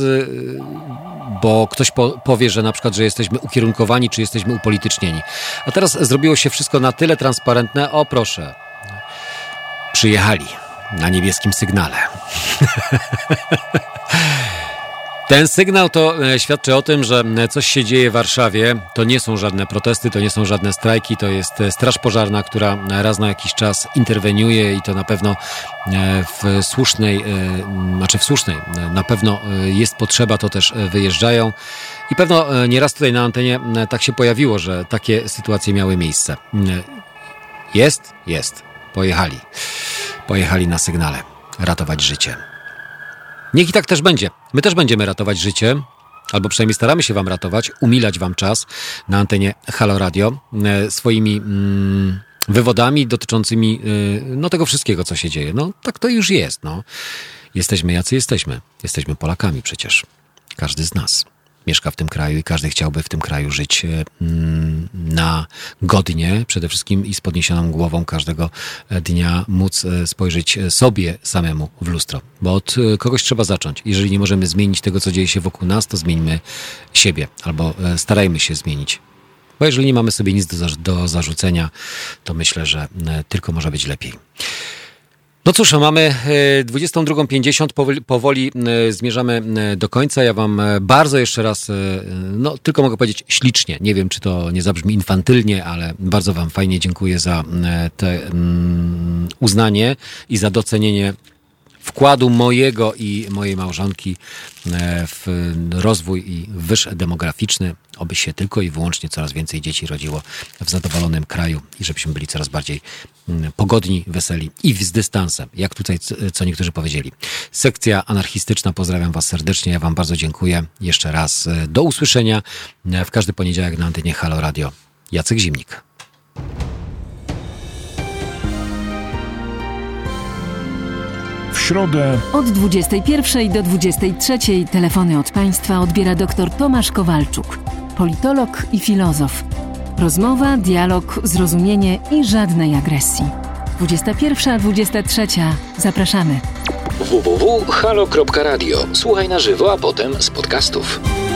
bo ktoś powie, że na przykład, że jesteśmy ukierunkowani, czy jesteśmy upolitycznieni. A teraz zrobiło się wszystko na tyle transparentne. O proszę, przyjechali na niebieskim sygnale. Ten sygnał to świadczy o tym, że coś się dzieje w Warszawie. To nie są żadne protesty, to nie są żadne strajki, to jest Straż Pożarna, która raz na jakiś czas interweniuje i to na pewno w słusznej, na pewno jest potrzeba, to też wyjeżdżają. I pewno nieraz tutaj na antenie tak się pojawiło, że takie sytuacje miały miejsce. Jest. Pojechali na sygnale ratować życie. Niech i tak też będzie. My też będziemy ratować życie, albo przynajmniej staramy się wam ratować, umilać wam czas na antenie Halo Radio swoimi wywodami dotyczącymi tego wszystkiego, co się dzieje. No tak to już jest. No. Jesteśmy jacy jesteśmy. Jesteśmy Polakami przecież. Każdy z nas mieszka w tym kraju i każdy chciałby w tym kraju żyć na godnie, przede wszystkim i z podniesioną głową każdego dnia móc spojrzeć sobie samemu w lustro. Bo od kogoś trzeba zacząć. Jeżeli nie możemy zmienić tego, co dzieje się wokół nas, to zmieńmy siebie albo starajmy się zmienić. Bo jeżeli nie mamy sobie nic do zarzucenia, to myślę, że tylko może być lepiej. No cóż, mamy 22:50, powoli zmierzamy do końca. Ja wam bardzo jeszcze raz, tylko mogę powiedzieć ślicznie. Nie wiem, czy to nie zabrzmi infantylnie, ale bardzo wam fajnie dziękuję za te uznanie i za docenienie wkładu mojego i mojej małżonki w rozwój i wyż demograficzny, oby się tylko i wyłącznie coraz więcej dzieci rodziło w zadowolonym kraju i żebyśmy byli coraz bardziej pogodni, weseli i z dystansem, jak tutaj co niektórzy powiedzieli. Sekcja anarchistyczna, pozdrawiam was serdecznie, ja wam bardzo dziękuję. Jeszcze raz do usłyszenia w każdy poniedziałek na antenie Halo Radio. Jacek Zimnik. W środę od 21 do 23 telefony od państwa odbiera dr Tomasz Kowalczuk, politolog i filozof. Rozmowa, dialog, zrozumienie i żadnej agresji. 21-23. Zapraszamy. www.halo.radio. Słuchaj na żywo, a potem z podcastów.